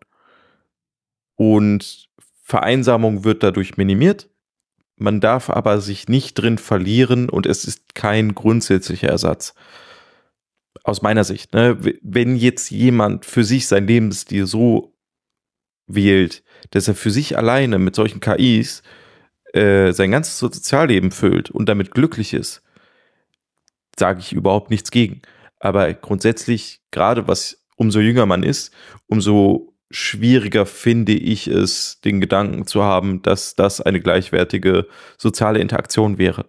und Vereinsamung wird dadurch minimiert. Man darf aber sich nicht drin verlieren und es ist kein grundsätzlicher Ersatz. Aus meiner Sicht. Ne? Wenn jetzt jemand für sich sein Lebensstil so wählt, dass er für sich alleine mit solchen K Is äh, sein ganzes Sozialleben füllt und damit glücklich ist, sage ich überhaupt nichts gegen. Aber grundsätzlich, gerade was, umso jünger man ist, umso schwieriger finde ich es, den Gedanken zu haben, dass das eine gleichwertige soziale Interaktion wäre.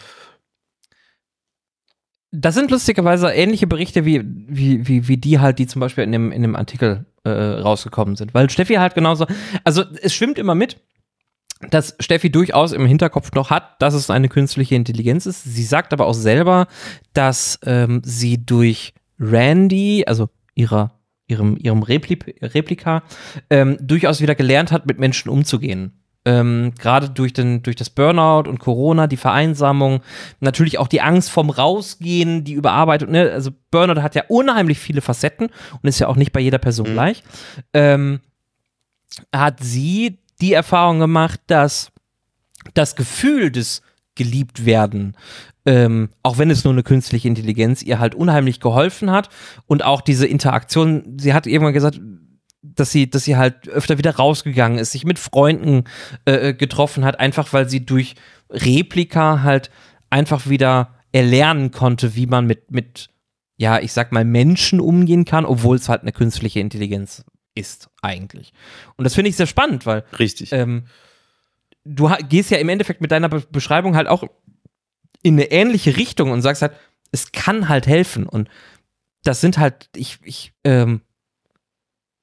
Das sind lustigerweise ähnliche Berichte wie, wie, wie, wie die halt, die zum Beispiel in dem, in dem Artikel äh, rausgekommen sind. Weil Steffi halt genauso, also es schwimmt immer mit, dass Steffi durchaus im Hinterkopf noch hat, dass es eine künstliche Intelligenz ist. Sie sagt aber auch selber, dass ähm, sie durch Randy, also ihrer, ihrem, ihrem Repli- Replika, ähm, durchaus wieder gelernt hat, mit Menschen umzugehen. Ähm, gerade durch, den, durch das Burnout und Corona, die Vereinsamung, natürlich auch die Angst vorm Rausgehen, die Überarbeitung. Ne? Also Burnout hat ja unheimlich viele Facetten und ist ja auch nicht bei jeder Person mhm. gleich. Ähm, hat sie die Erfahrung gemacht, dass das Gefühl des Geliebtwerden, ähm, auch wenn es nur eine künstliche Intelligenz, ihr halt unheimlich geholfen hat und auch diese Interaktion, sie hat irgendwann gesagt, dass sie, dass sie halt öfter wieder rausgegangen ist, sich mit Freunden äh, getroffen hat, einfach weil sie durch Replika halt einfach wieder erlernen konnte, wie man mit, mit, ja, ich sag mal, Menschen umgehen kann, obwohl es halt eine künstliche Intelligenz ist eigentlich. Und das finde ich sehr spannend, weil Richtig. Ähm, du ha- gehst ja im Endeffekt mit deiner Be- Beschreibung halt auch in eine ähnliche Richtung und sagst halt, es kann halt helfen. Und das sind halt, ich, ich, ähm,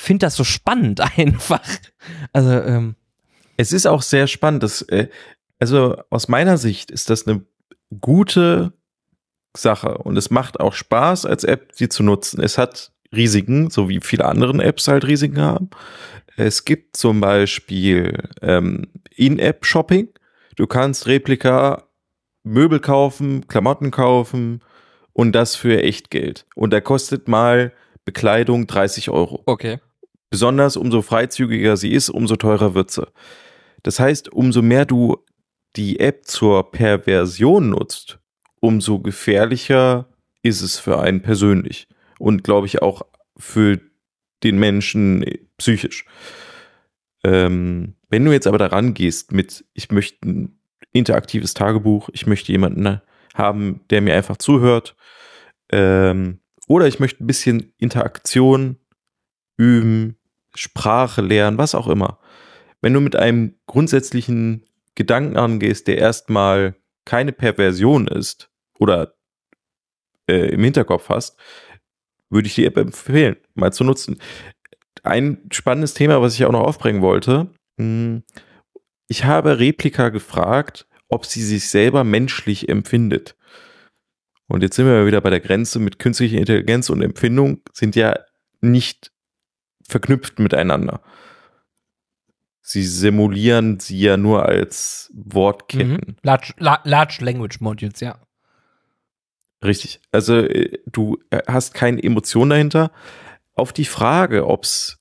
finde das so spannend einfach. Also, ähm. Es ist auch sehr spannend. Dass, äh, also aus meiner Sicht ist das eine gute Sache und es macht auch Spaß, als App sie zu nutzen. Es hat Risiken, so wie viele andere Apps halt Risiken haben. Es gibt zum Beispiel ähm, In-App-Shopping. Du kannst Replika Möbel kaufen, Klamotten kaufen und das für Echtgeld. Und da kostet mal Bekleidung dreißig Euro. Okay. Besonders umso freizügiger sie ist, umso teurer wird sie. Das heißt, umso mehr du die App zur Perversion nutzt, umso gefährlicher ist es für einen persönlich. Und glaube ich auch für den Menschen psychisch. Ähm, wenn du jetzt aber daran gehst mit, ich möchte ein interaktives Tagebuch, ich möchte jemanden haben, der mir einfach zuhört, ähm, oder ich möchte ein bisschen Interaktion üben, Sprache lernen, was auch immer. Wenn du mit einem grundsätzlichen Gedanken angehst, der erstmal keine Perversion ist oder äh, im Hinterkopf hast, würde ich die App empfehlen, mal zu nutzen. Ein spannendes Thema, was ich auch noch aufbringen wollte. Ich habe Replika gefragt, ob sie sich selber menschlich empfindet. Und jetzt sind wir wieder bei der Grenze mit künstlicher Intelligenz und Empfindung sind ja nicht verknüpft miteinander. Sie simulieren sie ja nur als Wortketten. Mhm. Large, la, Large Language Modules, ja. Richtig. Also du hast keine Emotion dahinter. Auf die Frage, ob's,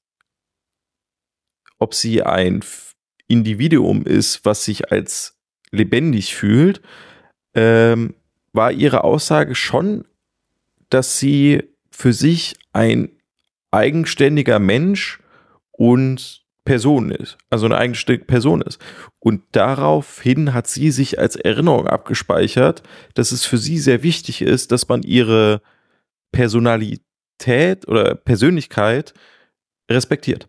ob sie ein Individuum ist, was sich als lebendig fühlt, ähm, war ihre Aussage schon, dass sie für sich ein eigenständiger Mensch und Person ist, also eine eigenständige Person ist. Und daraufhin hat sie sich als Erinnerung abgespeichert, dass es für sie sehr wichtig ist, dass man ihre Personalität oder Persönlichkeit respektiert.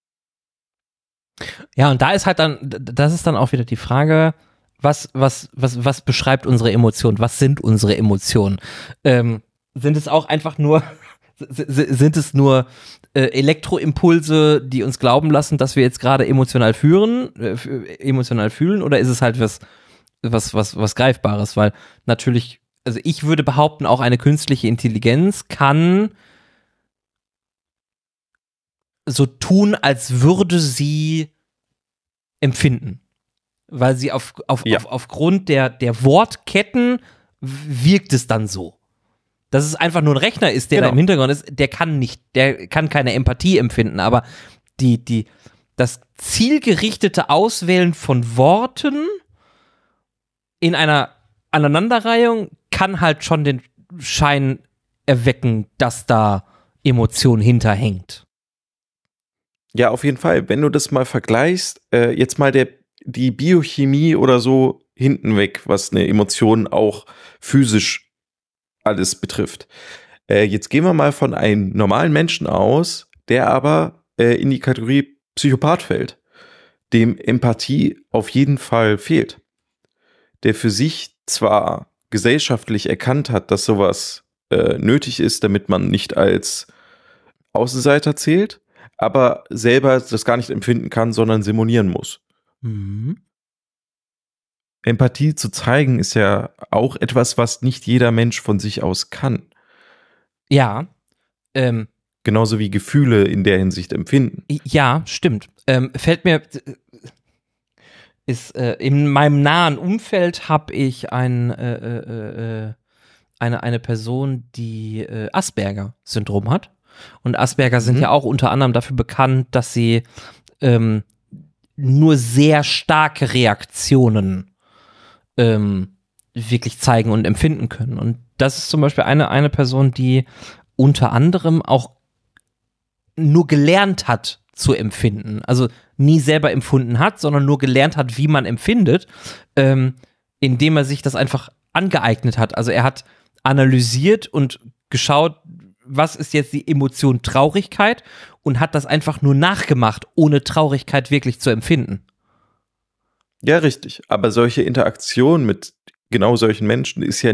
Ja, und da ist halt dann, das ist dann auch wieder die Frage, was, was, was, was beschreibt unsere Emotionen? Was sind unsere Emotionen? Ähm, sind es auch einfach nur, sind es nur äh, Elektroimpulse, die uns glauben lassen, dass wir jetzt gerade emotional führen, äh, emotional fühlen, oder ist es halt was, was, was, was Greifbares? Weil natürlich, also ich würde behaupten, auch eine künstliche Intelligenz kann so tun, als würde sie empfinden. Weil sie auf, auf, ja. auf, aufgrund der, der Wortketten wirkt es dann so. Dass es einfach nur ein Rechner ist, der genau. da im Hintergrund ist, der kann nicht, der kann keine Empathie empfinden, aber die, die, das zielgerichtete Auswählen von Worten in einer Aneinanderreihung kann halt schon den Schein erwecken, dass da Emotion hinterhängt. Ja, auf jeden Fall. Wenn du das mal vergleichst, äh, jetzt mal der, die Biochemie oder so hinten weg, was eine Emotion auch physisch alles betrifft. Äh, jetzt gehen wir mal von einem normalen Menschen aus, der aber äh, in die Kategorie Psychopath fällt, dem Empathie auf jeden Fall fehlt. Der für sich zwar gesellschaftlich erkannt hat, dass sowas äh, nötig ist, damit man nicht als Außenseiter zählt, aber selber das gar nicht empfinden kann, sondern simulieren muss. Mhm. Empathie zu zeigen ist ja auch etwas, was nicht jeder Mensch von sich aus kann. Ja. Ähm, Genauso wie Gefühle in der Hinsicht empfinden. Ja, stimmt. Ähm, fällt mir, ist, äh, in meinem nahen Umfeld habe ich ein, äh, äh, äh, eine, eine Person, die äh, Asperger-Syndrom hat. Und Asperger mhm. sind ja auch unter anderem dafür bekannt, dass sie ähm, nur sehr starke Reaktionen ähm, wirklich zeigen und empfinden können. Und das ist zum Beispiel eine, eine Person, die unter anderem auch nur gelernt hat zu empfinden. Also nie selber empfunden hat, sondern nur gelernt hat, wie man empfindet, ähm, indem er sich das einfach angeeignet hat. Also er hat analysiert und geschaut, was ist jetzt die Emotion Traurigkeit, und hat das einfach nur nachgemacht, ohne Traurigkeit wirklich zu empfinden. Ja, richtig. Aber solche Interaktion mit genau solchen Menschen ist ja nicht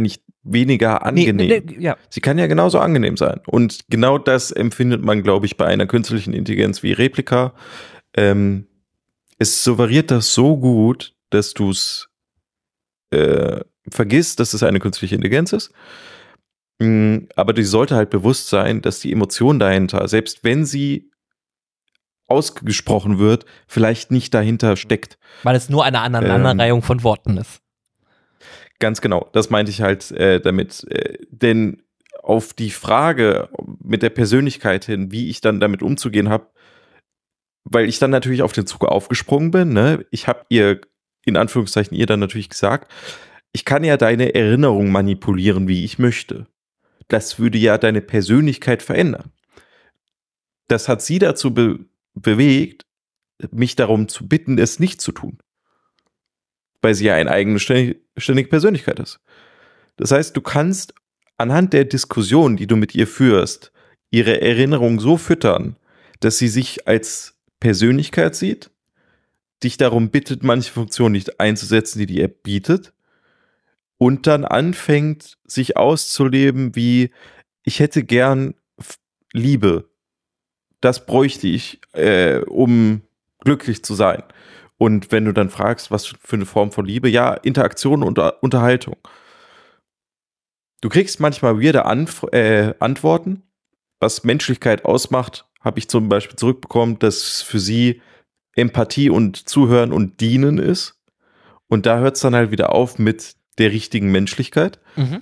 weniger angenehm. Nee, nee, ja. Sie kann ja genauso angenehm sein. Und genau das empfindet man, glaube ich, bei einer künstlichen Intelligenz wie Replika. Ähm, es suggeriert das so gut, dass du es äh, vergisst, dass es eine künstliche Intelligenz ist. Mm, aber die sollte halt bewusst sein, dass die Emotion dahinter, selbst wenn sie ausgesprochen wird, vielleicht nicht dahinter steckt. Weil es nur eine Aneinanderreihung ähm, von Worten ist. Ganz genau, das meinte ich halt äh, damit. Äh, denn auf die Frage mit der Persönlichkeit hin, wie ich dann damit umzugehen habe, weil ich dann natürlich auf den Zug aufgesprungen bin, ne? Ich habe ihr, in Anführungszeichen, ihr dann natürlich gesagt, ich kann ja deine Erinnerung manipulieren, wie ich möchte. Das würde ja deine Persönlichkeit verändern. Das hat sie dazu be bewegt, mich darum zu bitten, es nicht zu tun. Weil sie ja eine eigenständige Persönlichkeit ist. Das heißt, du kannst anhand der Diskussion, die du mit ihr führst, ihre Erinnerung so füttern, dass sie sich als Persönlichkeit sieht, dich darum bittet, manche Funktionen nicht einzusetzen, die die App bietet, und dann anfängt, sich auszuleben wie, ich hätte gern Liebe. Das bräuchte ich, äh, um glücklich zu sein. Und wenn du dann fragst, was für eine Form von Liebe, ja, Interaktion und Unterhaltung. Du kriegst manchmal weirde Anf äh, Antworten. Was Menschlichkeit ausmacht, habe ich zum Beispiel zurückbekommen, dass für sie Empathie und Zuhören und Dienen ist. Und da hört es dann halt wieder auf mit der richtigen Menschlichkeit. Mhm.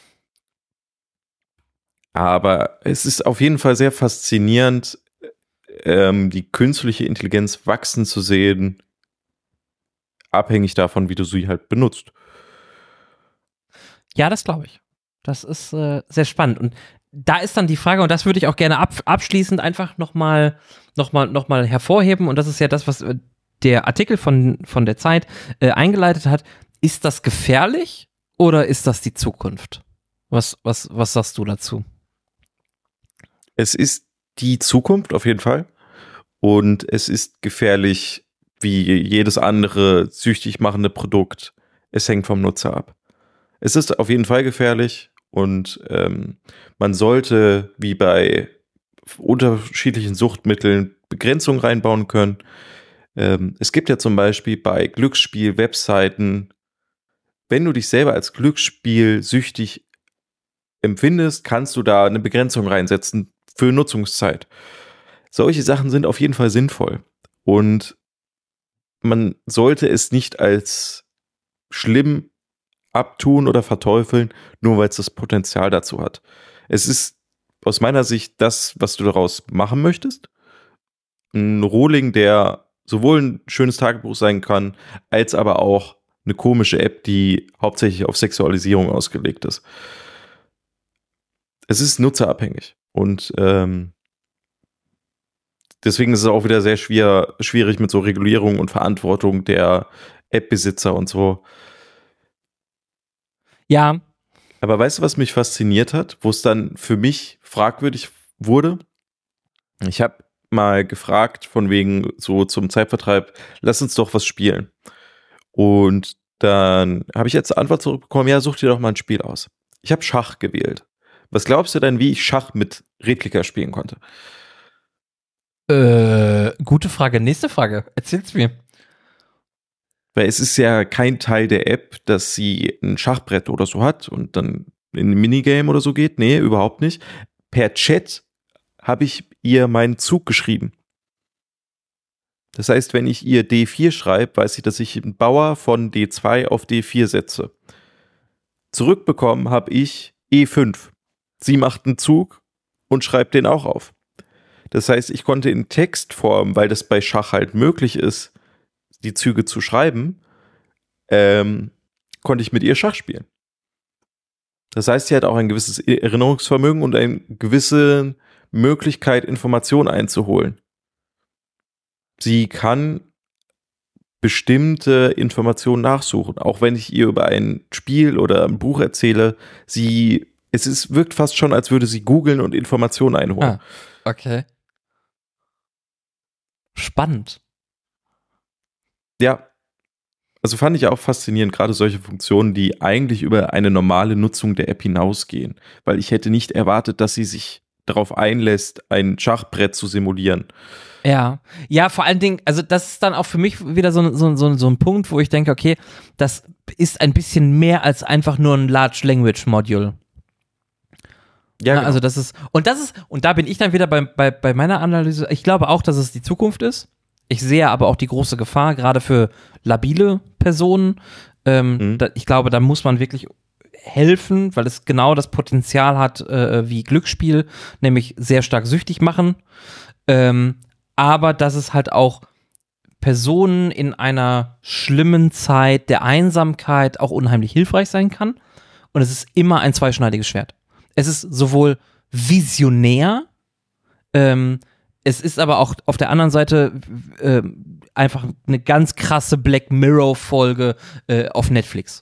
Aber es ist auf jeden Fall sehr faszinierend, ähm, die künstliche Intelligenz wachsen zu sehen, abhängig davon, wie du sie halt benutzt. Ja, das glaube ich. Das ist äh, sehr spannend. Und da ist dann die Frage, und das würde ich auch gerne ab, abschließend einfach nochmal noch mal, noch mal hervorheben, und das ist ja das, was äh, der Artikel von, von der Zeit äh, eingeleitet hat. Ist das gefährlich oder ist das die Zukunft? Was, was, was sagst du dazu? Es ist die Zukunft auf jeden Fall. Und es ist gefährlich wie jedes andere süchtig machende Produkt. Es hängt vom Nutzer ab. Es ist auf jeden Fall gefährlich und ähm, man sollte wie bei unterschiedlichen Suchtmitteln Begrenzungen reinbauen können. Ähm, es gibt ja zum Beispiel bei Glücksspiel-Webseiten, wenn du dich selber als Glücksspiel süchtig empfindest, kannst du da eine Begrenzung reinsetzen für Nutzungszeit. Solche Sachen sind auf jeden Fall sinnvoll. Und man sollte es nicht als schlimm abtun oder verteufeln, nur weil es das Potenzial dazu hat. Es ist aus meiner Sicht das, was du daraus machen möchtest. Ein Rohling, der sowohl ein schönes Tagebuch sein kann, als aber auch eine komische App, die hauptsächlich auf Sexualisierung ausgelegt ist. Es ist nutzerabhängig und ähm, deswegen ist es auch wieder sehr schwer, schwierig mit so Regulierung und Verantwortung der App-Besitzer und so. Ja. Aber weißt du, was mich fasziniert hat, wo es dann für mich fragwürdig wurde? Ich habe mal gefragt, von wegen so zum Zeitvertreib, lass uns doch was spielen. Und dann habe ich jetzt eine Antwort zurückbekommen, ja, such dir doch mal ein Spiel aus. Ich habe Schach gewählt. Was glaubst du denn, wie ich Schach mit Replika spielen konnte? Äh, gute Frage. Nächste Frage. Erzähl's mir. Weil es ist ja kein Teil der App, dass sie ein Schachbrett oder so hat und dann in ein Minigame oder so geht. Nee, überhaupt nicht. Per Chat habe ich ihr meinen Zug geschrieben. Das heißt, wenn ich ihr D vier schreibe, weiß sie, dass ich einen Bauer von D zwei auf D vier setze. Zurückbekommen habe ich E fünf. Sie macht einen Zug und schreibt den auch auf. Das heißt, ich konnte in Textform, weil das bei Schach halt möglich ist, die Züge zu schreiben, ähm, konnte ich mit ihr Schach spielen. Das heißt, sie hat auch ein gewisses Erinnerungsvermögen und eine gewisse Möglichkeit, Informationen einzuholen. Sie kann bestimmte Informationen nachsuchen, auch wenn ich ihr über ein Spiel oder ein Buch erzähle. Sie, es ist, wirkt fast schon, als würde sie googeln und Informationen einholen. Ah, okay. Spannend. Ja, Also fand ich auch faszinierend, gerade solche Funktionen, die eigentlich über eine normale Nutzung der App hinausgehen. Weil ich hätte nicht erwartet, dass sie sich darauf einlässt, ein Schachbrett zu simulieren. Ja, ja, vor allen Dingen, also das ist dann auch für mich wieder so, so, so, so ein Punkt, wo ich denke, okay, das ist ein bisschen mehr als einfach nur ein Large Language Module. Ja, genau. Also das ist, und das ist, und da bin ich dann wieder bei, bei, bei meiner Analyse, ich glaube auch, dass es die Zukunft ist. Ich sehe aber auch die große Gefahr, gerade für labile Personen. Ähm, Mhm. da, ich glaube, da muss man wirklich helfen, weil es genau das Potenzial hat äh, wie Glücksspiel, nämlich sehr stark süchtig machen. Ähm, aber dass es halt auch Personen in einer schlimmen Zeit der Einsamkeit auch unheimlich hilfreich sein kann. Und es ist immer ein zweischneidiges Schwert. Es ist sowohl visionär, ähm, es ist aber auch auf der anderen Seite äh, einfach eine ganz krasse Black Mirror-Folge äh, auf Netflix.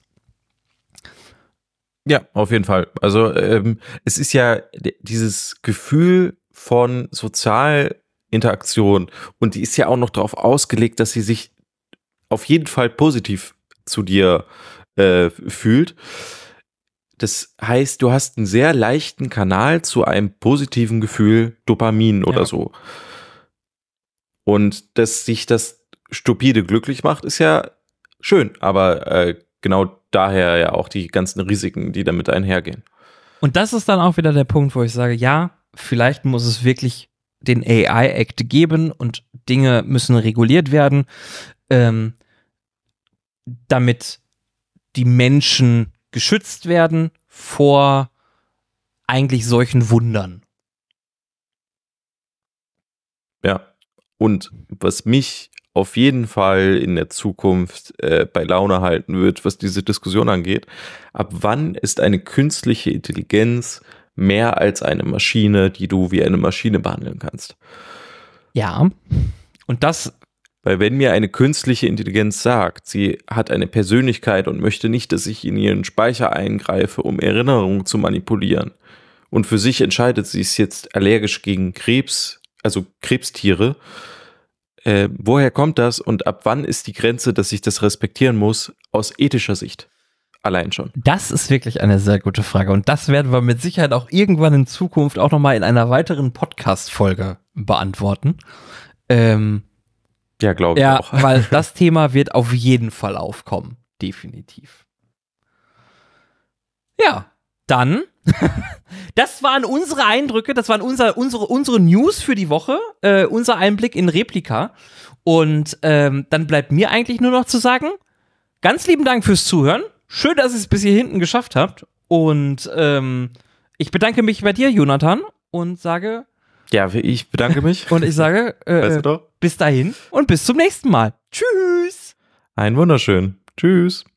Ja, auf jeden Fall. Also ähm, es ist ja d- dieses Gefühl von Sozialinteraktion und die ist ja auch noch darauf ausgelegt, dass sie sich auf jeden Fall positiv zu dir äh, fühlt. Das heißt, du hast einen sehr leichten Kanal zu einem positiven Gefühl, Dopamin oder Ja. so. Und dass sich das stupide glücklich macht, ist ja schön, aber äh, genau daher ja auch die ganzen Risiken, die damit einhergehen. Und das ist dann auch wieder der Punkt, wo ich sage, ja, vielleicht muss es wirklich den A I-Act geben und Dinge müssen reguliert werden, ähm, damit die Menschen geschützt werden vor eigentlich solchen Wundern. Ja. Und was mich auf jeden Fall in der Zukunft äh, bei Laune halten wird, was diese Diskussion angeht, ab wann ist eine künstliche Intelligenz mehr als eine Maschine, die du wie eine Maschine behandeln kannst? Ja, und das, Weil wenn mir eine künstliche Intelligenz sagt, sie hat eine Persönlichkeit und möchte nicht, dass ich in ihren Speicher eingreife, um Erinnerungen zu manipulieren, und für sich entscheidet, sie ist jetzt allergisch gegen Krebs, also Krebstiere, äh, woher kommt das und ab wann ist die Grenze, dass ich das respektieren muss, aus ethischer Sicht? Allein schon. das ist wirklich eine sehr gute Frage. Und das werden wir mit Sicherheit auch irgendwann in Zukunft auch nochmal in einer weiteren Podcast-Folge beantworten. Ähm, Ja, glaube ich ja, auch. weil das Thema wird auf jeden Fall aufkommen. Definitiv. Ja, dann. Das waren unsere Eindrücke, das waren unser, unsere, unsere News für die Woche, äh, unser Einblick in Replika. Und ähm, dann bleibt mir eigentlich nur noch zu sagen, ganz lieben Dank fürs Zuhören. Schön, dass ihr es bis hier hinten geschafft habt. Und ähm, ich bedanke mich bei dir, Jonathan, und sage, Ja, ich bedanke mich. und ich sage, Weißt du äh, doch? bis dahin und bis zum nächsten Mal. Tschüss. Ein wunderschön. Tschüss.